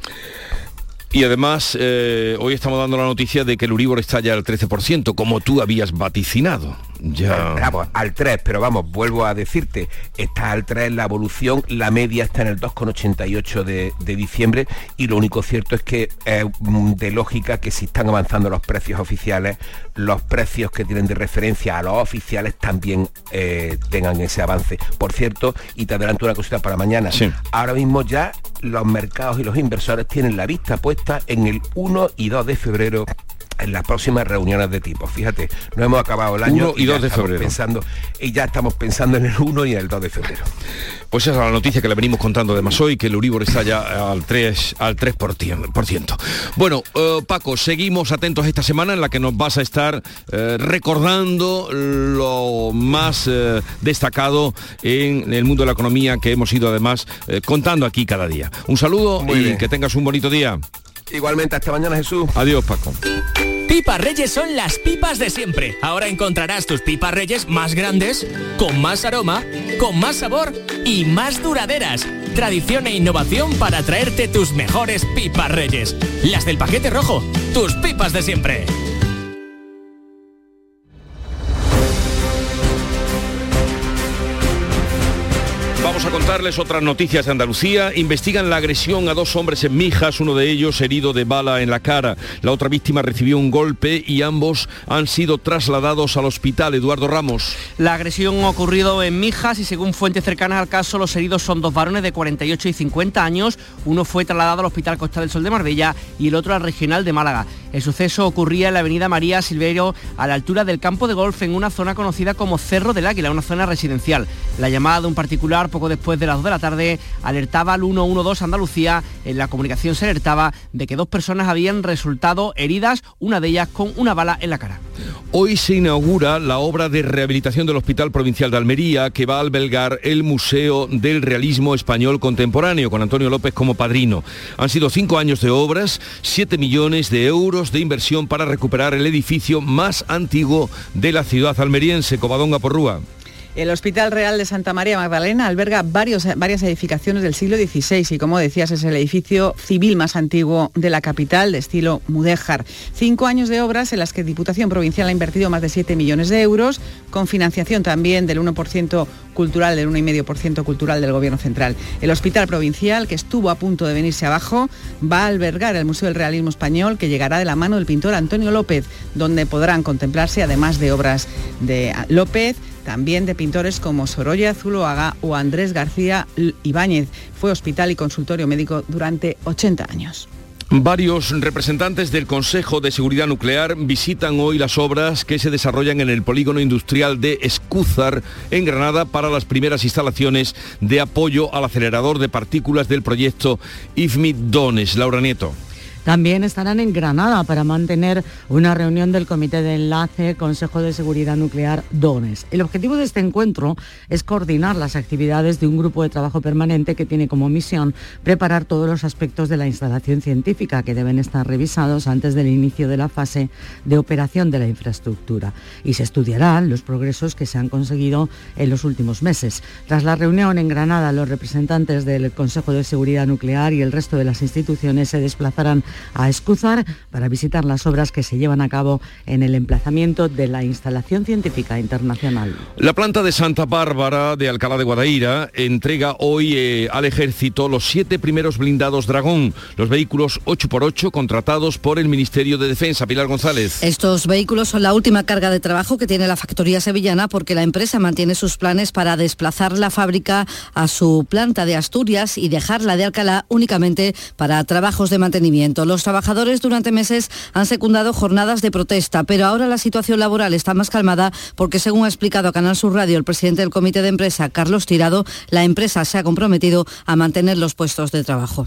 Speaker 1: Y además, eh, hoy estamos dando la noticia de que el Euribor está ya al trece por ciento, como tú habías vaticinado. Ya...
Speaker 5: Vamos, al tres, pero vamos, vuelvo a decirte, está al tres la evolución, la media está en el dos coma ochenta y ocho de, de diciembre, y lo único cierto es que es de lógica que si están avanzando los precios oficiales, los precios que tienen de referencia a los oficiales también eh, tengan ese avance. Por cierto, y te adelanto una cosita para mañana, sí. Ahora mismo ya los mercados y los inversores tienen la vista puesta en el uno y dos de febrero en las próximas reuniones de tipo. Fíjate, no hemos acabado el año
Speaker 1: uno y dos de febrero.
Speaker 5: Pensando, y ya estamos pensando en el uno y el dos de febrero.
Speaker 1: Pues esa es la noticia que le venimos contando además hoy, que el Euribor está ya al tres por ciento. Bueno, eh, Paco, seguimos atentos esta semana en la que nos vas a estar eh, recordando lo más eh, destacado en el mundo de la economía que hemos ido además eh, contando aquí cada día. Un saludo Muy y bien. Que tengas un bonito día.
Speaker 5: Igualmente, hasta mañana, Jesús.
Speaker 1: Adiós, Paco.
Speaker 11: Pipas Reyes son las pipas de siempre. Ahora encontrarás tus pipas Reyes más grandes, con más aroma, con más sabor y más duraderas. Tradición e innovación para traerte tus mejores pipas Reyes. Las del paquete rojo, tus pipas de siempre.
Speaker 1: Vamos a contarles otras noticias de Andalucía. Investigan la agresión a dos hombres en Mijas, uno de ellos herido de bala en la cara. La otra víctima recibió un golpe y ambos han sido trasladados al hospital. Eduardo Ramos.
Speaker 13: La agresión ha ocurrido en Mijas y según fuentes cercanas al caso, los heridos son dos varones de cuarenta y ocho y cincuenta años. Uno fue trasladado al Hospital Costa del Sol de Marbella y el otro al Regional de Málaga. El suceso ocurría en la avenida María Silverio, a la altura del campo de golf, en una zona conocida como Cerro del Águila, una zona residencial. La llamada de un particular poco después de las dos de la tarde alertaba al uno uno dos Andalucía. En la comunicación se alertaba de que dos personas habían resultado heridas, una de ellas con una bala en la cara.
Speaker 1: Hoy se inaugura la obra de rehabilitación del Hospital Provincial de Almería, que va a albergar el Museo del Realismo Español Contemporáneo, con Antonio López como padrino. Han sido cinco años de obras, siete millones de euros de inversión para recuperar el edificio más antiguo de la ciudad almeriense. Covadonga Porrúa.
Speaker 15: El Hospital Real de Santa María Magdalena alberga varios, varias edificaciones del siglo dieciséis y, como decías, es el edificio civil más antiguo de la capital, de estilo mudéjar. Cinco años de obras en las que Diputación Provincial ha invertido más de siete millones de euros, con financiación también del uno por ciento cultural, del uno coma cinco por ciento cultural del Gobierno Central. El Hospital Provincial, que estuvo a punto de venirse abajo, va a albergar el Museo del Realismo Español, que llegará de la mano del pintor Antonio López, donde podrán contemplarse, además de obras de López, también de pintores como Sorolla Zuloaga o Andrés García Ibáñez. Fue hospital y consultorio médico durante ochenta años.
Speaker 1: Varios representantes del Consejo de Seguridad Nuclear visitan hoy las obras que se desarrollan en el polígono industrial de Escúzar, en Granada, para las primeras instalaciones de apoyo al acelerador de partículas del proyecto I F M I Dones. Laura Nieto.
Speaker 24: También estarán en Granada para mantener una reunión del Comité de Enlace Consejo de Seguridad Nuclear Dones. El objetivo de este encuentro es coordinar las actividades de un grupo de trabajo permanente que tiene como misión preparar todos los aspectos de la instalación científica que deben estar revisados antes del inicio de la fase de operación de la infraestructura, y se estudiarán los progresos que se han conseguido en los últimos meses. Tras la reunión en Granada, los representantes del Consejo de Seguridad Nuclear y el resto de las instituciones se desplazarán a Escúzar para visitar las obras que se llevan a cabo en el emplazamiento de la instalación científica internacional.
Speaker 1: La planta de Santa Bárbara de Alcalá de Guadaira entrega hoy eh, al Ejército los siete primeros blindados Dragón, los vehículos ocho por ocho contratados por el Ministerio de Defensa. Pilar González.
Speaker 25: Estos vehículos son la última carga de trabajo que tiene la factoría sevillana, porque la empresa mantiene sus planes para desplazar la fábrica a su planta de Asturias y dejarla de Alcalá únicamente para trabajos de mantenimiento. Los trabajadores durante meses han secundado jornadas de protesta, pero ahora la situación laboral está más calmada porque, según ha explicado a Canal Sur Radio el presidente del Comité de Empresa, Carlos Tirado, la empresa se ha comprometido a mantener los puestos de trabajo.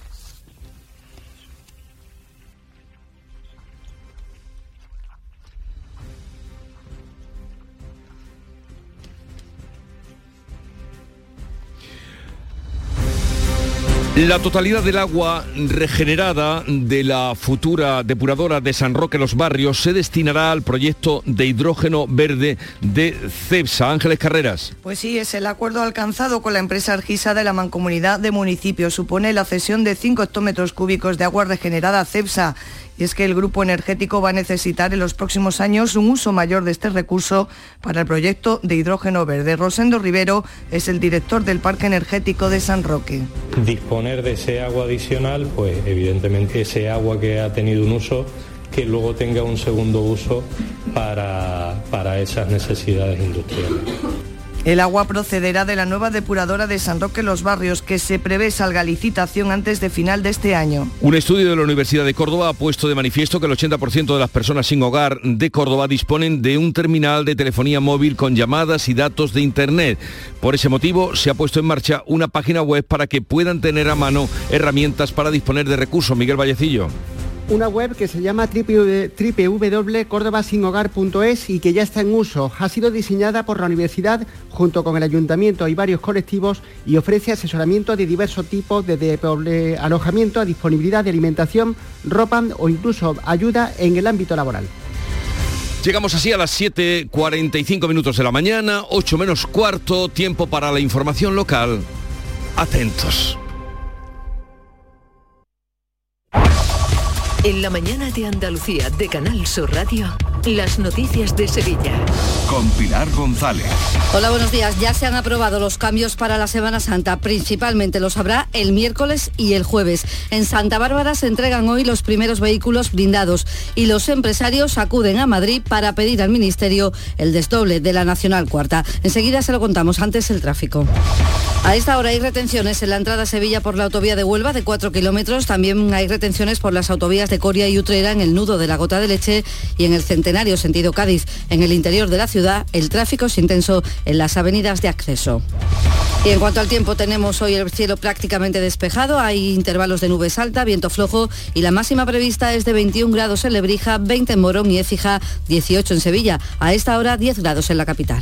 Speaker 1: La totalidad del agua regenerada de la futura depuradora de San Roque Los Barrios se destinará al proyecto de hidrógeno verde de Cepsa. Ángeles Carreras.
Speaker 26: Pues sí, es el acuerdo alcanzado con la empresa Argisa de la Mancomunidad de Municipios. Supone la cesión de cinco hectómetros cúbicos de agua regenerada a Cepsa. Y es que el grupo energético va a necesitar en los próximos años un uso mayor de este recurso para el proyecto de hidrógeno verde. Rosendo Rivero es el director del Parque Energético de San Roque.
Speaker 27: Disponer de ese agua adicional, pues evidentemente ese agua que ha tenido un uso, que luego tenga un segundo uso para, para esas necesidades industriales.
Speaker 26: El agua procederá de la nueva depuradora de San Roque Los Barrios, que se prevé salga a licitación antes de final de este año.
Speaker 1: Un estudio de la Universidad de Córdoba ha puesto de manifiesto que el ochenta por ciento de las personas sin hogar de Córdoba disponen de un terminal de telefonía móvil con llamadas y datos de Internet. Por ese motivo, se ha puesto en marcha una página web para que puedan tener a mano herramientas para disponer de recursos. Miguel Vallecillo.
Speaker 9: Una web que se llama doble u doble u doble u punto córdoba sin hogar punto es y que ya está en uso. Ha sido diseñada por la universidad junto con el ayuntamiento y varios colectivos y ofrece asesoramiento de diversos tipos, desde alojamiento a disponibilidad de alimentación, ropa o incluso ayuda en el ámbito laboral.
Speaker 1: Llegamos así a las siete cuarenta y cinco minutos de la mañana, ocho menos cuarto, tiempo para la información local. Atentos.
Speaker 8: En la mañana de Andalucía de Canal Sur Radio, las noticias de Sevilla.
Speaker 21: Con Pilar González.
Speaker 25: Hola, buenos días. Ya se han aprobado los cambios para la Semana Santa. Principalmente los habrá el miércoles y el jueves. En Santa Bárbara se entregan hoy los primeros vehículos blindados y los empresarios acuden a Madrid para pedir al Ministerio el desdoble de la Nacional Cuarta. Enseguida se lo contamos, antes el tráfico. A esta hora hay retenciones en la entrada a Sevilla por la autovía de Huelva de cuatro kilómetros. También hay retenciones por las autovías de Coria y Utrera en el nudo de la Gota de Leche y en el Centenario sentido Cádiz. En el interior de la ciudad el tráfico es intenso en las avenidas de acceso. Y en cuanto al tiempo, tenemos hoy el cielo prácticamente despejado, hay intervalos de nubes alta, viento flojo y la máxima prevista es de veintiún grados en Lebrija, veinte en Morón y Écija, dieciocho en Sevilla. A esta hora diez grados en la capital.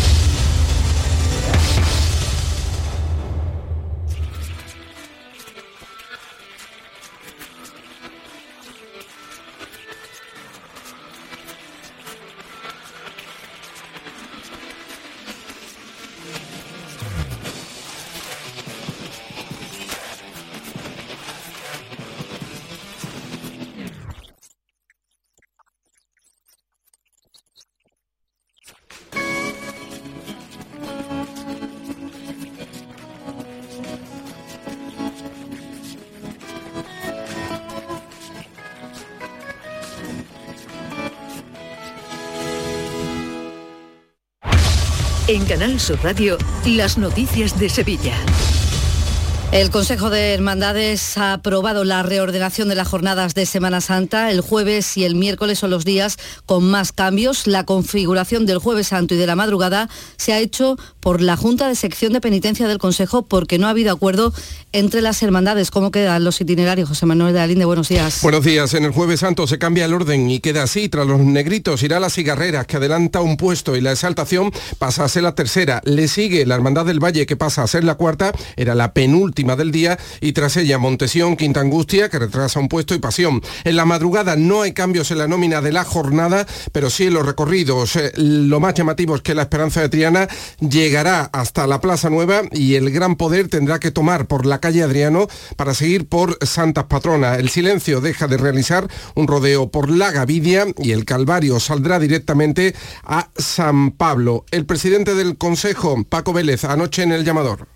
Speaker 8: En Canal Sur Radio, las noticias de Sevilla.
Speaker 25: El Consejo de Hermandades ha aprobado la reordenación de las jornadas de Semana Santa. El jueves y el miércoles son los días con más cambios. La configuración del Jueves Santo y de la madrugada se ha hecho por la Junta de Sección de Penitencia del Consejo porque no ha habido acuerdo entre las hermandades. ¿Cómo quedan los itinerarios? José Manuel de Alinde, buenos días.
Speaker 14: Buenos días. En el Jueves Santo se cambia el orden y queda así. Tras los negritos irá la cigarrera, que adelanta un puesto, y la exaltación pasa a ser la tercera. Le sigue la Hermandad del Valle, que pasa a ser la cuarta, era la penúltima del día, y tras ella Montesión, Quinta Angustia, que retrasa un puesto, y Pasión. En la madrugada no hay cambios en la nómina de la jornada, pero sí en los recorridos. Eh, lo más llamativo es que la Esperanza de Triana llegará hasta la Plaza Nueva y el Gran Poder tendrá que tomar por la calle Adriano para seguir por Santas Patronas. El Silencio deja de realizar un rodeo por la Gavidia y el Calvario saldrá directamente a San Pablo. El presidente del Consejo, Paco Vélez, anoche en El Llamador.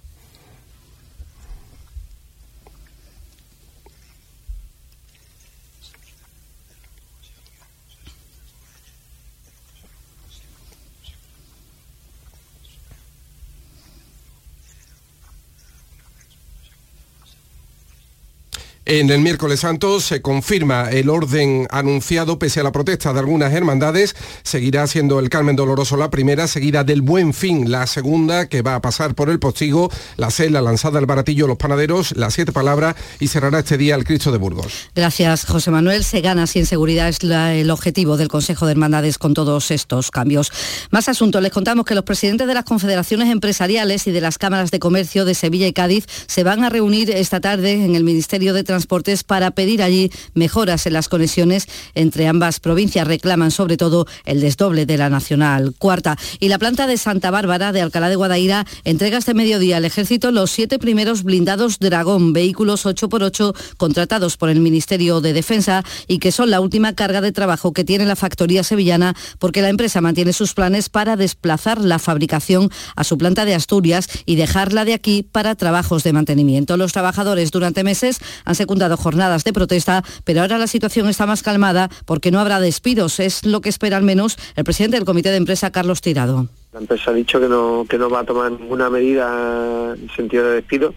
Speaker 14: En el miércoles santo se confirma el orden anunciado pese a la protesta de algunas hermandades. Seguirá siendo el Carmen Doloroso la primera, seguida del Buen Fin la segunda, que va a pasar por el Postigo, la C, la Lanzada, el Baratillo, los Panaderos, las Siete Palabras, y cerrará este día el Cristo de Burgos.
Speaker 25: Gracias, José Manuel. Se gana sin seguridad, es la, el objetivo del Consejo de Hermandades con todos estos cambios. Más asuntos. Les contamos que los presidentes de las confederaciones empresariales y de las cámaras de comercio de Sevilla y Cádiz se van a reunir esta tarde en el Ministerio de Transportes Transportes para pedir allí mejoras en las conexiones entre ambas provincias. Reclaman sobre todo el desdoble de la Nacional Cuarta. Y la planta de Santa Bárbara de Alcalá de Guadaira entrega este mediodía al Ejército los siete primeros blindados Dragón, vehículos ocho por ocho contratados por el Ministerio de Defensa y que son la última carga de trabajo que tiene la factoría sevillana, porque la empresa mantiene sus planes para desplazar la fabricación a su planta de Asturias y dejarla de aquí para trabajos de mantenimiento. Los trabajadores durante meses han secundado jornadas de protesta, pero ahora la situación está más calmada porque no habrá despidos. Es lo que espera al menos el presidente del Comité de Empresa, Carlos Tirado.
Speaker 12: La empresa ha dicho que no, que no va a tomar ninguna medida en sentido de despido.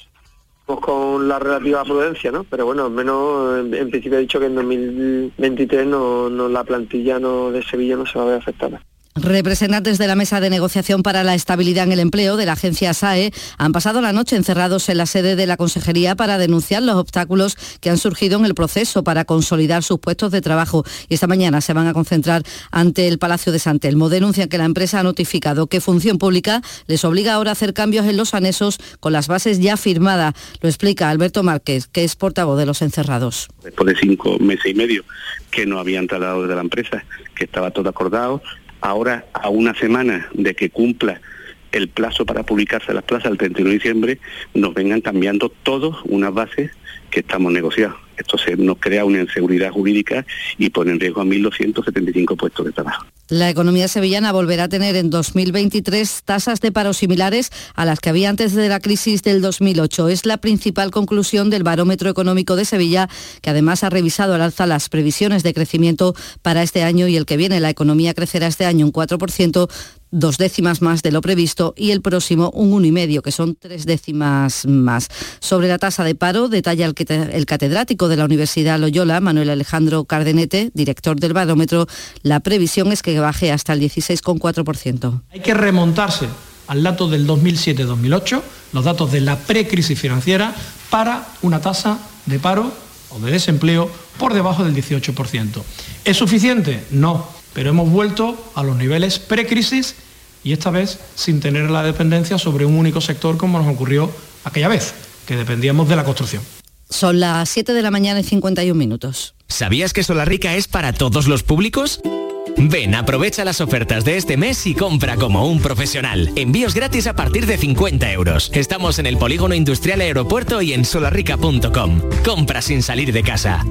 Speaker 12: Con la relativa prudencia, ¿no? Pero bueno, al menos en, en principio ha dicho que en dos mil veintitrés no, no la plantilla no de Sevilla no se va a ver afectada.
Speaker 25: Representantes de la Mesa de Negociación para la Estabilidad en el Empleo de la agencia S A E han pasado la noche encerrados en la sede de la Consejería para denunciar los obstáculos que han surgido en el proceso para consolidar sus puestos de trabajo y esta mañana se van a concentrar ante el Palacio de San Telmo. Denuncian que la empresa ha notificado que Función Pública les obliga ahora a hacer cambios en los anexos con las bases ya firmadas. Lo explica Alberto Márquez, que es portavoz de los encerrados.
Speaker 16: Después de cinco meses y medio que no habían trasladado desde la empresa, que estaba todo acordado, ahora, a una semana de que cumpla el plazo para publicarse las plazas el treinta y uno de diciembre, nos vengan cambiando todos unas bases que estamos negociados. Esto se nos crea una inseguridad jurídica y pone en riesgo a mil doscientos setenta y cinco puestos de trabajo.
Speaker 25: La economía sevillana volverá a tener en dos mil veintitrés tasas de paro similares a las que había antes de la crisis del dos mil ocho. Es la principal conclusión del Barómetro Económico de Sevilla, que además ha revisado al alza las previsiones de crecimiento para este año y el que viene. La economía crecerá este año un cuatro por ciento, dos décimas más de lo previsto, y el próximo un uno coma cinco, que son tres décimas más. Sobre la tasa de paro, detalla el, el catedrático de la Universidad Loyola, Manuel Alejandro Cardenete, director del Barómetro, la previsión es que baje hasta el dieciséis coma cuatro por ciento.
Speaker 17: Hay que remontarse al dato del dos mil siete dos mil ocho, los datos de la precrisis financiera, para una tasa de paro o de desempleo por debajo del dieciocho por ciento. ¿Es suficiente? No, pero hemos vuelto a los niveles precrisis y esta vez sin tener la dependencia sobre un único sector como nos ocurrió aquella vez, que dependíamos de la construcción.
Speaker 25: Son las siete de la mañana y cincuenta y un minutos.
Speaker 11: ¿Sabías que Solarrica es para todos los públicos? Ven, aprovecha las ofertas de este mes y compra como un profesional. Envíos gratis a partir de cincuenta euros. Estamos en el Polígono Industrial Aeropuerto y en solarrica punto com. Compra sin salir de casa.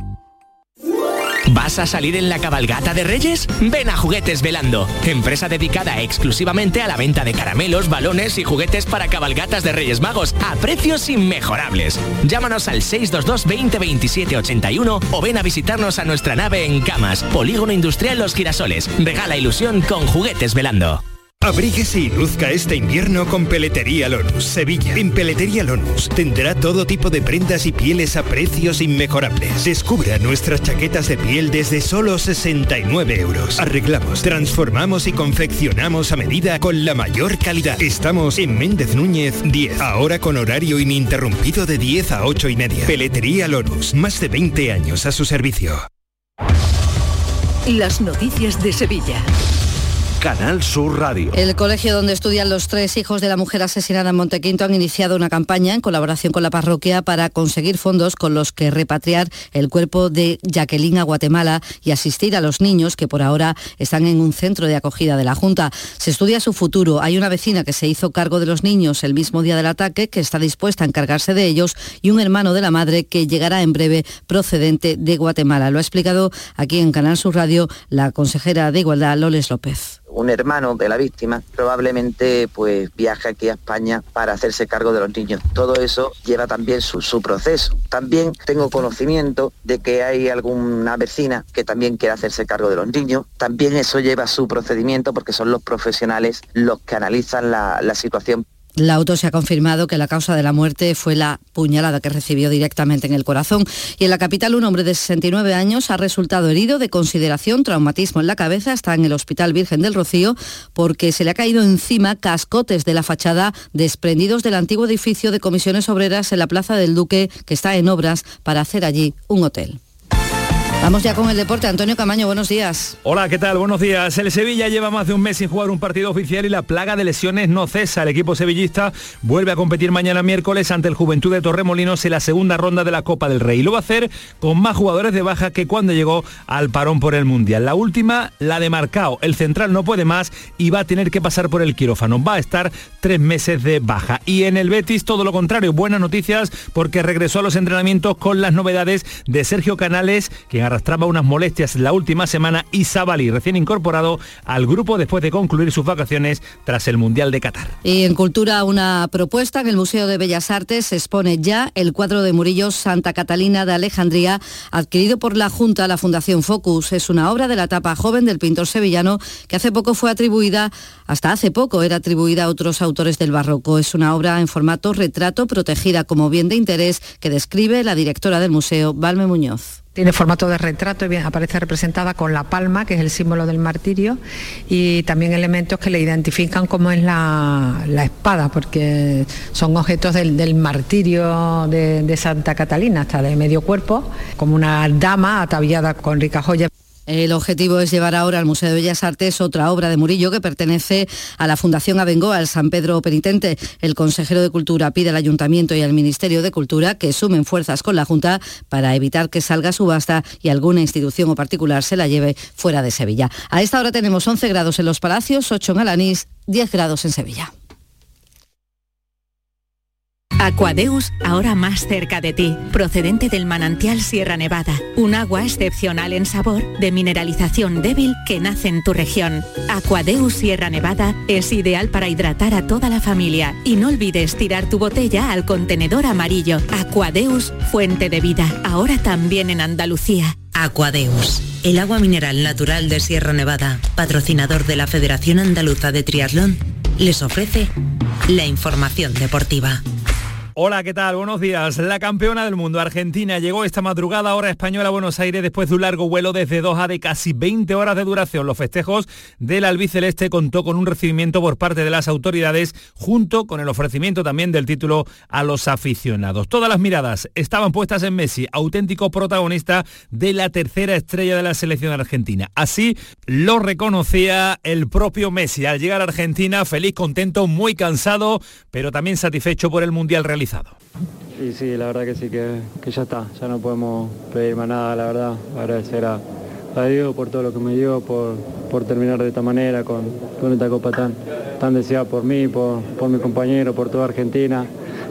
Speaker 11: ¿Vas a salir en la cabalgata de Reyes? Ven a Juguetes Velando, empresa dedicada exclusivamente a la venta de caramelos, balones y juguetes para cabalgatas de Reyes Magos a precios inmejorables. Llámanos al seis dos dos, veinte, veintisiete, ochenta y uno o ven a visitarnos a nuestra nave en Camas, Polígono Industrial Los Girasoles. Regala ilusión con Juguetes Velando.
Speaker 6: Abríguese y luzca este invierno con Peletería Lonus, Sevilla. En Peletería Lonus tendrá todo tipo de prendas y pieles a precios inmejorables. Descubra nuestras chaquetas de piel desde solo sesenta y nueve euros. Arreglamos, transformamos y confeccionamos a medida con la mayor calidad. Estamos en Méndez Núñez diez, ahora con horario ininterrumpido de diez a ocho y media. Peletería Lonus, más de veinte años a su servicio.
Speaker 8: Las noticias de Sevilla.
Speaker 21: Canal Sur Radio.
Speaker 25: El colegio donde estudian los tres hijos de la mujer asesinada en Montequinto han iniciado una campaña en colaboración con la parroquia para conseguir fondos con los que repatriar el cuerpo de Jacqueline a Guatemala y asistir a los niños que por ahora están en un centro de acogida de la Junta. Se estudia su futuro. Hay una vecina que se hizo cargo de los niños el mismo día del ataque, que está dispuesta a encargarse de ellos, y un hermano de la madre que llegará en breve procedente de Guatemala. Lo ha explicado aquí en Canal Sur Radio la consejera de Igualdad, Loles López.
Speaker 18: Un hermano de la víctima probablemente pues viaja aquí a España para hacerse cargo de los niños. Todo eso lleva también su, su proceso. También tengo conocimiento de que hay alguna vecina que también quiere hacerse cargo de los niños. También eso lleva su procedimiento porque son los profesionales los que analizan la, la situación.
Speaker 25: La autopsia ha confirmado que la causa de la muerte fue la puñalada que recibió directamente en el corazón. Y en la capital, un hombre de sesenta y nueve años ha resultado herido de consideración, traumatismo en la cabeza. Está en el Hospital Virgen del Rocío porque se le ha caído encima cascotes de la fachada desprendidos del antiguo edificio de Comisiones Obreras en la Plaza del Duque, que está en obras para hacer allí un hotel. Vamos ya con el deporte. Antonio Camaño, buenos días.
Speaker 2: Hola, ¿qué tal? Buenos días. El Sevilla lleva más de un mes sin jugar un partido oficial y la plaga de lesiones no cesa. El equipo sevillista vuelve a competir mañana miércoles ante el Juventud de Torremolinos en la segunda ronda de la Copa del Rey. Lo va a hacer con más jugadores de baja que cuando llegó al parón por el Mundial. La última, la de Marcao. El central no puede más y va a tener que pasar por el quirófano. Va a estar tres meses de baja. Y en el Betis todo lo contrario. Buenas noticias porque regresó a los entrenamientos con las novedades de Sergio Canales, quien arrastraba unas molestias la última semana, y Sabalí, recién incorporado al grupo después de concluir sus vacaciones tras el Mundial de Qatar.
Speaker 25: Y en Cultura, una propuesta: en el Museo de Bellas Artes se expone ya el cuadro de Murillo Santa Catalina de Alejandría, adquirido por la Junta a la Fundación Focus. Es una obra de la etapa joven del pintor sevillano que hace poco fue atribuida, hasta hace poco era atribuida a otros autores del barroco. Es una obra en formato retrato, protegida como bien de interés, que describe la directora del museo, Balme Muñoz.
Speaker 3: Tiene formato de retrato y aparece representada con la palma, que es el símbolo del martirio, y también elementos que le identifican como es la, la espada, porque son objetos del, del martirio de, de Santa Catalina, hasta de medio cuerpo, como una dama ataviada con ricas joyas.
Speaker 25: El objetivo es llevar ahora al Museo de Bellas Artes otra obra de Murillo que pertenece a la Fundación Abengoa, al San Pedro Penitente. El consejero de Cultura pide al Ayuntamiento y al Ministerio de Cultura que sumen fuerzas con la Junta para evitar que salga a subasta y alguna institución o particular se la lleve fuera de Sevilla. A esta hora tenemos once grados en Los Palacios, ocho en Alanís, diez grados en Sevilla.
Speaker 7: Aquadeus, ahora más cerca de ti, procedente del manantial Sierra Nevada, un agua excepcional en sabor, de mineralización débil que nace en tu región. Aquadeus Sierra Nevada es ideal para hidratar a toda la familia, y no olvides tirar tu botella al contenedor amarillo. Aquadeus, fuente de vida, ahora también en Andalucía.
Speaker 10: Aquadeus, el agua mineral natural de Sierra Nevada, patrocinador de la Federación Andaluza de Triatlón, les ofrece la información deportiva.
Speaker 2: Hola, ¿qué tal? Buenos días. La campeona del mundo, Argentina, llegó esta madrugada hora española a Buenos Aires después de un largo vuelo desde Doha de casi veinte horas de duración. Los festejos del albiceleste contó con un recibimiento por parte de las autoridades, junto con el ofrecimiento también del título a los aficionados. Todas las miradas estaban puestas en Messi, auténtico protagonista de la tercera estrella de la selección argentina. Así lo reconocía el propio Messi al llegar a Argentina, feliz, contento, muy cansado, pero también satisfecho por el Mundial realizado.
Speaker 19: Y sí, la verdad que sí, que, que ya está, ya no podemos pedir más nada, la verdad. Agradecer a, a Dios por todo lo que me dio, por, por terminar de esta manera, con, con esta copa tan, tan deseada por mí, por, por mi compañero, por toda Argentina.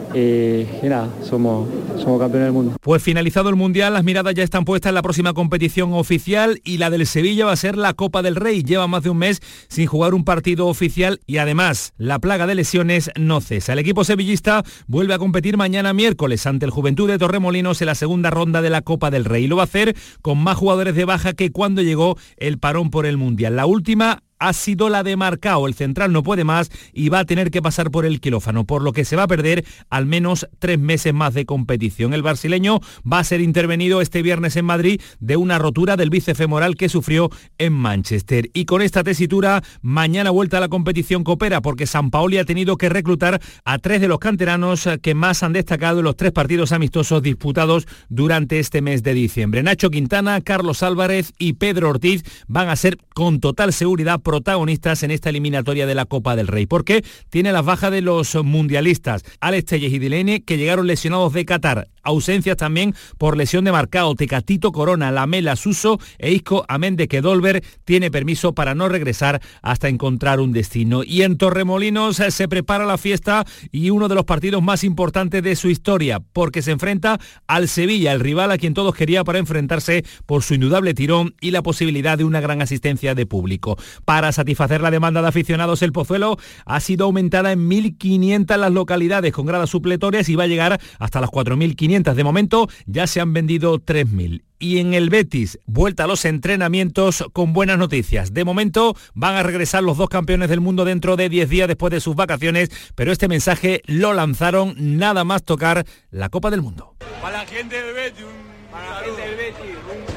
Speaker 19: Y, y nada, somos, somos campeones del mundo.
Speaker 2: Pues finalizado el Mundial, las miradas ya están puestas en la próxima competición oficial, y la del Sevilla va a ser la Copa del Rey. Lleva más de un mes sin jugar un partido oficial y además la plaga de lesiones no cesa. El equipo sevillista vuelve a competir mañana miércoles ante el Juventud de Torremolinos en la segunda ronda de la Copa del Rey. Lo va a hacer con más jugadores de baja que cuando llegó el parón por el Mundial. La última ha sido la de Marcao. El central no puede más y va a tener que pasar por el quirófano, por lo que se va a perder al menos tres meses más de competición. El brasileño va a ser intervenido este viernes en Madrid de una rotura del bíceps femoral que sufrió en Manchester. Y con esta tesitura, mañana vuelta a la competición coopera, porque Sampaoli ha tenido que reclutar a tres de los canteranos que más han destacado en los tres partidos amistosos disputados durante este mes de diciembre. Nacho Quintana, Carlos Álvarez y Pedro Ortiz van a ser con total seguridad protagonistas en esta eliminatoria de la Copa del Rey, porque tiene las bajas de los mundialistas, Alex Telles y Delaney, que llegaron lesionados de Qatar. Ausencias también por lesión de Marcao, Tecatito Corona, Lamela, Suso e Isco, amén de que Dolber tiene permiso para no regresar hasta encontrar un destino. Y en Torremolinos se prepara la fiesta y uno de los partidos más importantes de su historia, porque se enfrenta al Sevilla, el rival a quien todos querían para enfrentarse por su indudable tirón y la posibilidad de una gran asistencia de público. Para satisfacer la demanda de aficionados, el Pozuelo ha sido aumentada en mil quinientas las localidades con gradas supletorias y va a llegar hasta las cuatro mil quinientas. De momento ya se han vendido tres mil. Y en el Betis, vuelta a los entrenamientos con buenas noticias. De momento van a regresar los dos campeones del mundo dentro de diez días después de sus vacaciones, pero este mensaje lo lanzaron nada más tocar la Copa del Mundo.
Speaker 20: Para la gente del Betis, un... para la gente del Betis,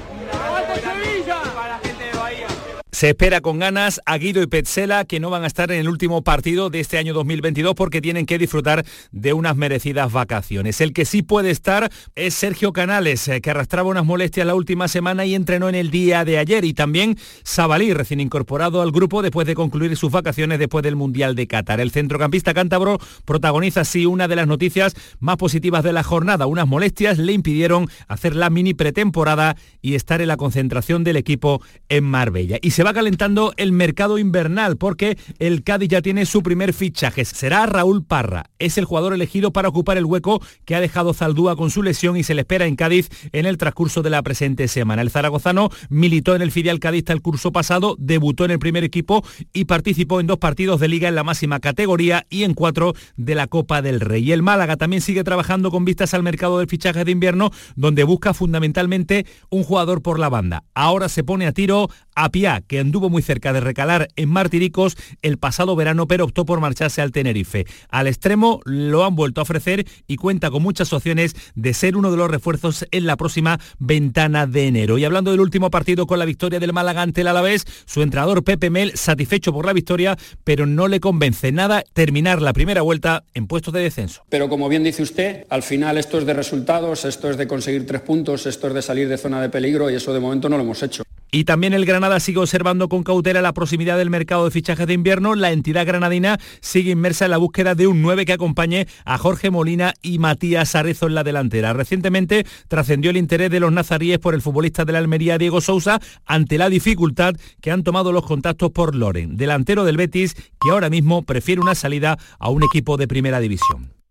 Speaker 20: un... Sevilla, para la gente de Bahía.
Speaker 2: Se espera con ganas a Guido y Petzela, que no van a estar en el último partido de este año dos mil veintidós porque tienen que disfrutar de unas merecidas vacaciones. El que sí puede estar es Sergio Canales, que arrastraba unas molestias la última semana y entrenó en el día de ayer. Y también Sabalí, recién incorporado al grupo después de concluir sus vacaciones después del Mundial de Qatar. El centrocampista cántabro protagoniza así una de las noticias más positivas de la jornada. Unas molestias le impidieron hacer la mini pretemporada y estar en la concentración del equipo en Marbella. Y se va va calentando el mercado invernal porque el Cádiz ya tiene su primer fichaje. Será Raúl Parra. Es el jugador elegido para ocupar el hueco que ha dejado Zaldúa con su lesión y se le espera en Cádiz en el transcurso de la presente semana. El zaragozano militó en el filial cadista el curso pasado, debutó en el primer equipo y participó en dos partidos de liga en la máxima categoría y en cuatro de la Copa del Rey. Y el Málaga también sigue trabajando con vistas al mercado del fichaje de invierno, donde busca fundamentalmente un jugador por la banda. Ahora se pone a tiro a Piá, que anduvo muy cerca de recalar en Martiricos el pasado verano, pero optó por marcharse al Tenerife. Al extremo lo han vuelto a ofrecer y cuenta con muchas opciones de ser uno de los refuerzos en la próxima ventana de enero. Y hablando del último partido con la victoria del Málaga ante el Alavés, su entrenador Pepe Mel satisfecho por la victoria, pero no le convence nada terminar la primera vuelta en puestos de descenso.
Speaker 4: Pero como bien dice usted, al final esto es de resultados, esto es de conseguir tres puntos, esto es de salir de zona de peligro y eso de momento no lo hemos hecho.
Speaker 2: Y también el Granada sigue observando con cautela la proximidad del mercado de fichajes de invierno. La entidad granadina sigue inmersa en la búsqueda de un nueve que acompañe a Jorge Molina y Matías Arezo en la delantera. Recientemente trascendió el interés de los nazaríes por el futbolista de la Almería Diego Sousa ante la dificultad que han tomado los contactos por Loren, delantero del Betis, que ahora mismo prefiere una salida a un equipo de primera división.